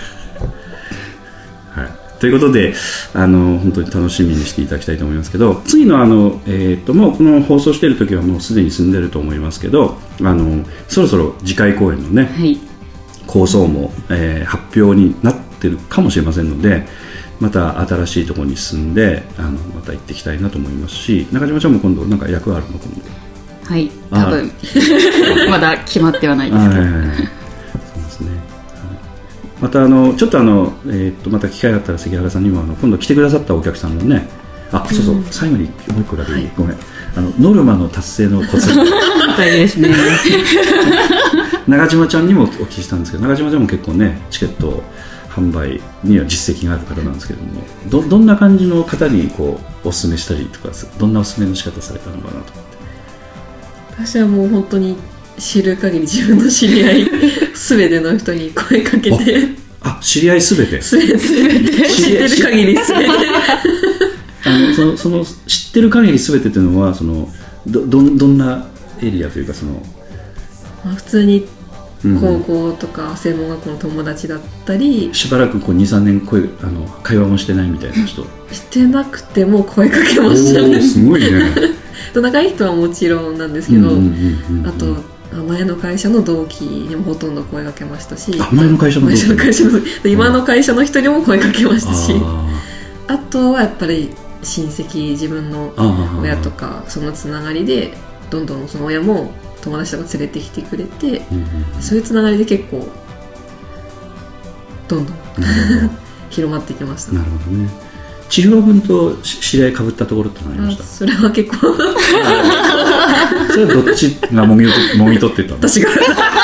Speaker 3: ということであの本当に楽しみにしていただきたいと思いますけど、次のあの、えー、ともうこの放送している時はもうすでに済んでると思いますけど、あのそろそろ次回公演のね、はい、構想も、えー、発表になってるかもしれませんので、また新しいところに進んであのまた行っていきたいなと思いますし、中島ちゃんも今度なんか役あるの？今度
Speaker 4: はい多分まだ決まってはないですけど、はいはいはい、そうですね。
Speaker 3: またあのちょっとあの、えー、とまた機会があったら関原さんにもあの今度来てくださったお客さんのね、あそうそう、うん、最後にもう一個だけ、はい、ごめんあのノルマの達成のコツ
Speaker 4: 大事ですね
Speaker 3: 中島ちゃんにもお聞きしたんですけど、中島ちゃんも結構ねチケット販売には実績がある方なんですけども、 ど, どんな感じの方にこうおすすめしたりとか、どんなおすすめの仕方されたのかなと思って。
Speaker 5: 私はもう本当に知る限り自分の知り合いすべての人に声かけて
Speaker 3: あ知り合いすべて
Speaker 5: すべて知ってる限りすべて
Speaker 3: あのそのその知ってる限りすべてというのはその ど, ど, どんなエリアというかその、
Speaker 5: まあ、普通に高校とか専門学校の友達だったり、
Speaker 3: うん、しばらくこう にさんねん声あの会話もしてないみたいな人
Speaker 5: してなくても声かけましたね。
Speaker 3: すごいね
Speaker 5: 仲いい人はもちろんなんですけど、あと前の会社の同期にもほとんど声かけましたし、
Speaker 3: あ前の会社の同期、前の会社の
Speaker 5: 今の会社の人にも声かけましたし、あ, あとはやっぱり親戚、自分の親とかそのつながりでどんどんその親も友達とか連れてきてくれて、うんうんうん、そういうつながりで結構どんどん広まってきました。
Speaker 3: なるほどね。千尋君と知り合い被ったところって何ありました？
Speaker 5: それは結構
Speaker 3: それはどっちがもみもみ取ってたの？
Speaker 5: 私が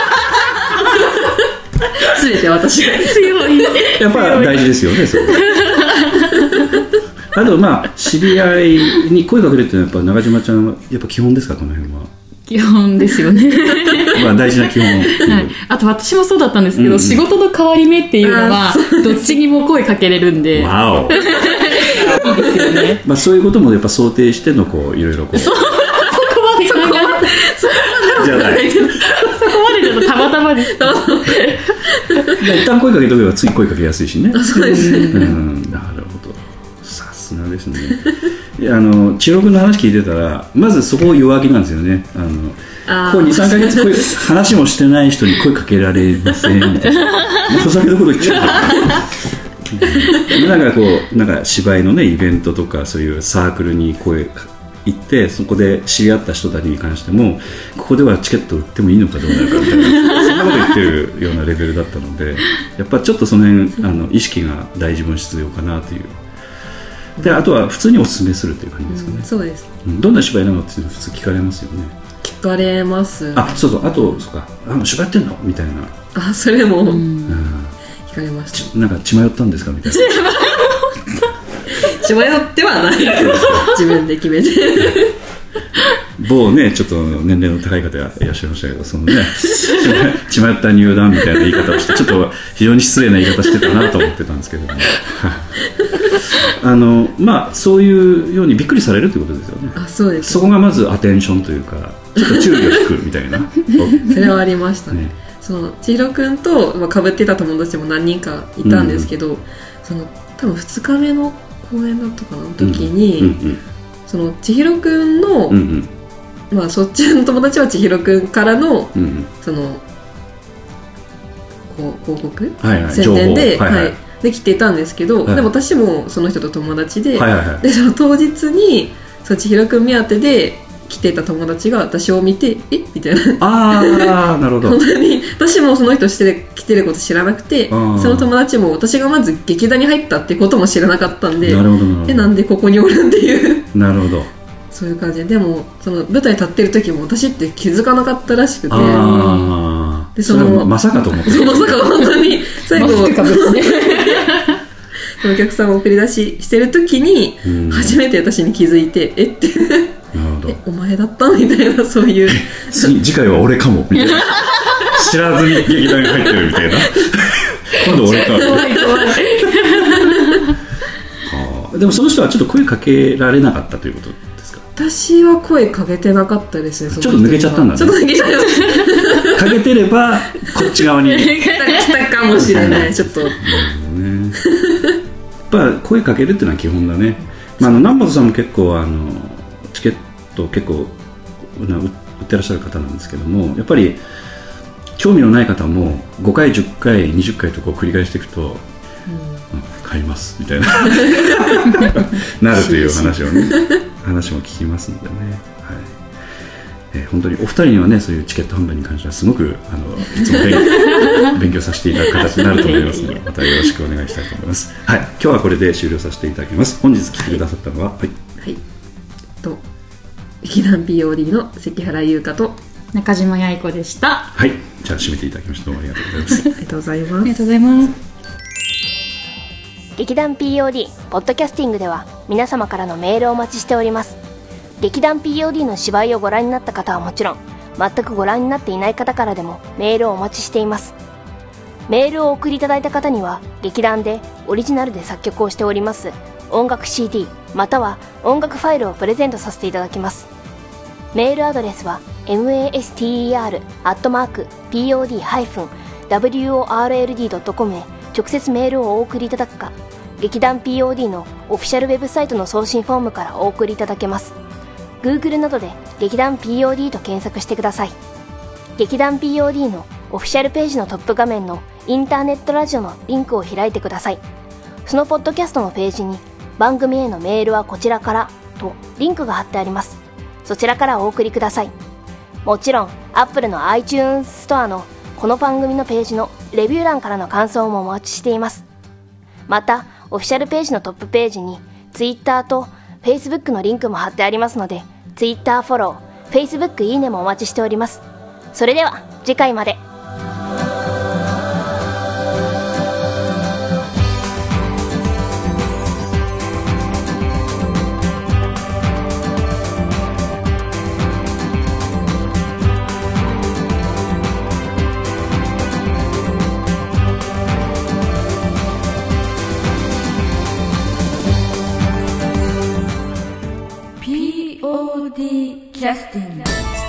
Speaker 5: 全て私が強い。
Speaker 3: やっぱ大事ですよねそれあとまあ知り合いに声かけるっていうのはやっぱ中島ちゃんはやっぱ基本ですか？この辺は
Speaker 4: 基本ですよね
Speaker 3: まあ大事な基本、はい、
Speaker 4: あと私もそうだったんですけど、うんうん、仕事の変わり目っていうのはどっちにも声かけれるんで
Speaker 3: わおいいですよね。まあそういうこともやっぱ想定してのこういろいろこうそこ
Speaker 4: までそこまでじゃないそこまでちょっとたまたまです一
Speaker 3: 旦声かけとけば次声かけやすいしね。
Speaker 5: そうですね、
Speaker 3: うん、なるほど、さすがですね。いやあの千代君の話聞いてたらまずそこ弱気なんですよね。あのあこう にさんかげつ声話もしてない人に声かけられませんみたいなお酒のこと言っちゃうなんかこうなんか芝居のねイベントとかそういうサークルに声行ってそこで知り合った人たちに関してもここではチケット売ってもいいのかどうなのかみたいなそんなこと言ってるようなレベルだったのでやっぱちょっとその辺あの意識が大事も必要かなという。であとは普通におすすめするという感じですかね、
Speaker 5: うん、そうです、
Speaker 3: うん、どんな芝居なのって普通聞かれますよね。
Speaker 5: 聞聞かれますね。
Speaker 3: あ、そうそう、あとそうか、あの芝居やってんのみたいな。
Speaker 5: あ、それも、うん、聞かれました。
Speaker 3: なんか血迷ったんですかみたいな。
Speaker 5: 血迷ってはない。自分で決めて。
Speaker 3: 某ね、ちょっと年齢の高い方いらっしゃいましたけど、そのね、血迷った入団みたいな言い方をして、ちょっと非常に失礼な言い方してたなと思ってたんですけども、あのまあそういうようにびっくりされるということですよね。
Speaker 5: あ、そうです、ね、
Speaker 3: そこがまずアテンションというか、ちょっと注意を引くみたいな。
Speaker 5: それはありましたね。ね、その千尋くんと被ってた友達も何人かいたんですけど、うん、その多分ふつかめの公演だったかなの時に、うんうんうん、その千尋くんの、うんうんまあ、そっちの友達は千尋くんからの、うんうん、そのこう広告、はいはい、宣伝で、はいはいはい、できてたんですけど、はい、でも私もその人と友達で、はいはいはい、でその当日にその千尋くん目当てで来てた友達が私を見てえみたいな、
Speaker 3: ああなるほど。
Speaker 5: 本当に私もその人して来てること知らなくて、その友達も私がまず劇団に入ったってことも知らなかったんで、
Speaker 3: なるほどなるほど、
Speaker 5: えなんでここにおるんっていう
Speaker 3: なるほど、
Speaker 5: そういう感じで、でもその舞台立ってる時も私って気づかなかったらしくて、
Speaker 3: あでそのまさかと思って
Speaker 5: まさか本当に最後お客さんを送り出ししてる時に初めて私に気づいて、えってなるほど、えお前だったみたいな、そういう
Speaker 3: 次, 次回は俺かもみたいな知らずに劇団に入ってるみたいな今度俺か怖い怖いでもその人はちょっと声かけられなかったということですか？
Speaker 5: 私は声かけてなかったですね。
Speaker 3: ちょっと抜けちゃったんだね。
Speaker 5: ちょっと抜けちゃいました
Speaker 3: かけてればこっち側に
Speaker 5: 来たかもしれないちょっと、ね、
Speaker 3: やっぱ声かけるっていうのは基本だね。まあ、あの南本さんも結構あのチケット結構売ってらっしゃる方なんですけども、やっぱり興味のない方もごかいじゅっかいにじゅっかいとこう繰り返していくと、うん、買いますみたいななるという話をね話も聞きますのでね、はい、えー、本当にお二人にはねそういうチケット販売に関してはすごくあのいつも勉強させていただく形になると思いますのでまたよろしくお願いしたいと思います。はい、今日はこれで終了させていただきます。本日来てくださったのは、はい、
Speaker 5: はい、と劇団 ピーオーディー の関原優香と
Speaker 4: 中島八重子でした。
Speaker 3: はい、じゃあ締めていただきましてどうもありがとうございます
Speaker 5: ありがとうございます。
Speaker 4: ありがとうございます。
Speaker 2: 劇団 ピーオーディー ポッドキャスティングでは皆様からのメールをお待ちしております。劇団 ピーオーディー の芝居をご覧になった方はもちろん、全くご覧になっていない方からでもメールをお待ちしています。メールをお送りいただいた方には劇団でオリジナルで作曲をしております音楽 シーディー または音楽ファイルをプレゼントさせていただきます。メールアドレスは マスター アットマーク ピーオーディー ハイフン ダブリューオーアールエルディー ドットコム へ直接メールをお送りいただくか、劇団 ピーオーディー のオフィシャルウェブサイトの送信フォームからお送りいただけます。 Google などで劇団 ピーオーディー と検索してください。劇団 ピーオーディー のオフィシャルページのトップ画面のインターネットラジオのリンクを開いてください。そのポッドキャストのページに番組へのメールはこちらからとリンクが貼ってあります。そちらからお送りください。もちろん Apple の iTunes ストアのこの番組のページのレビュー欄からの感想もお待ちしています。またオフィシャルページのトップページに Twitter と Facebook のリンクも貼ってありますので、 Twitter フォロー、Facebook いいねもお待ちしております。それでは次回まで。
Speaker 1: ピーオーディー キャスティング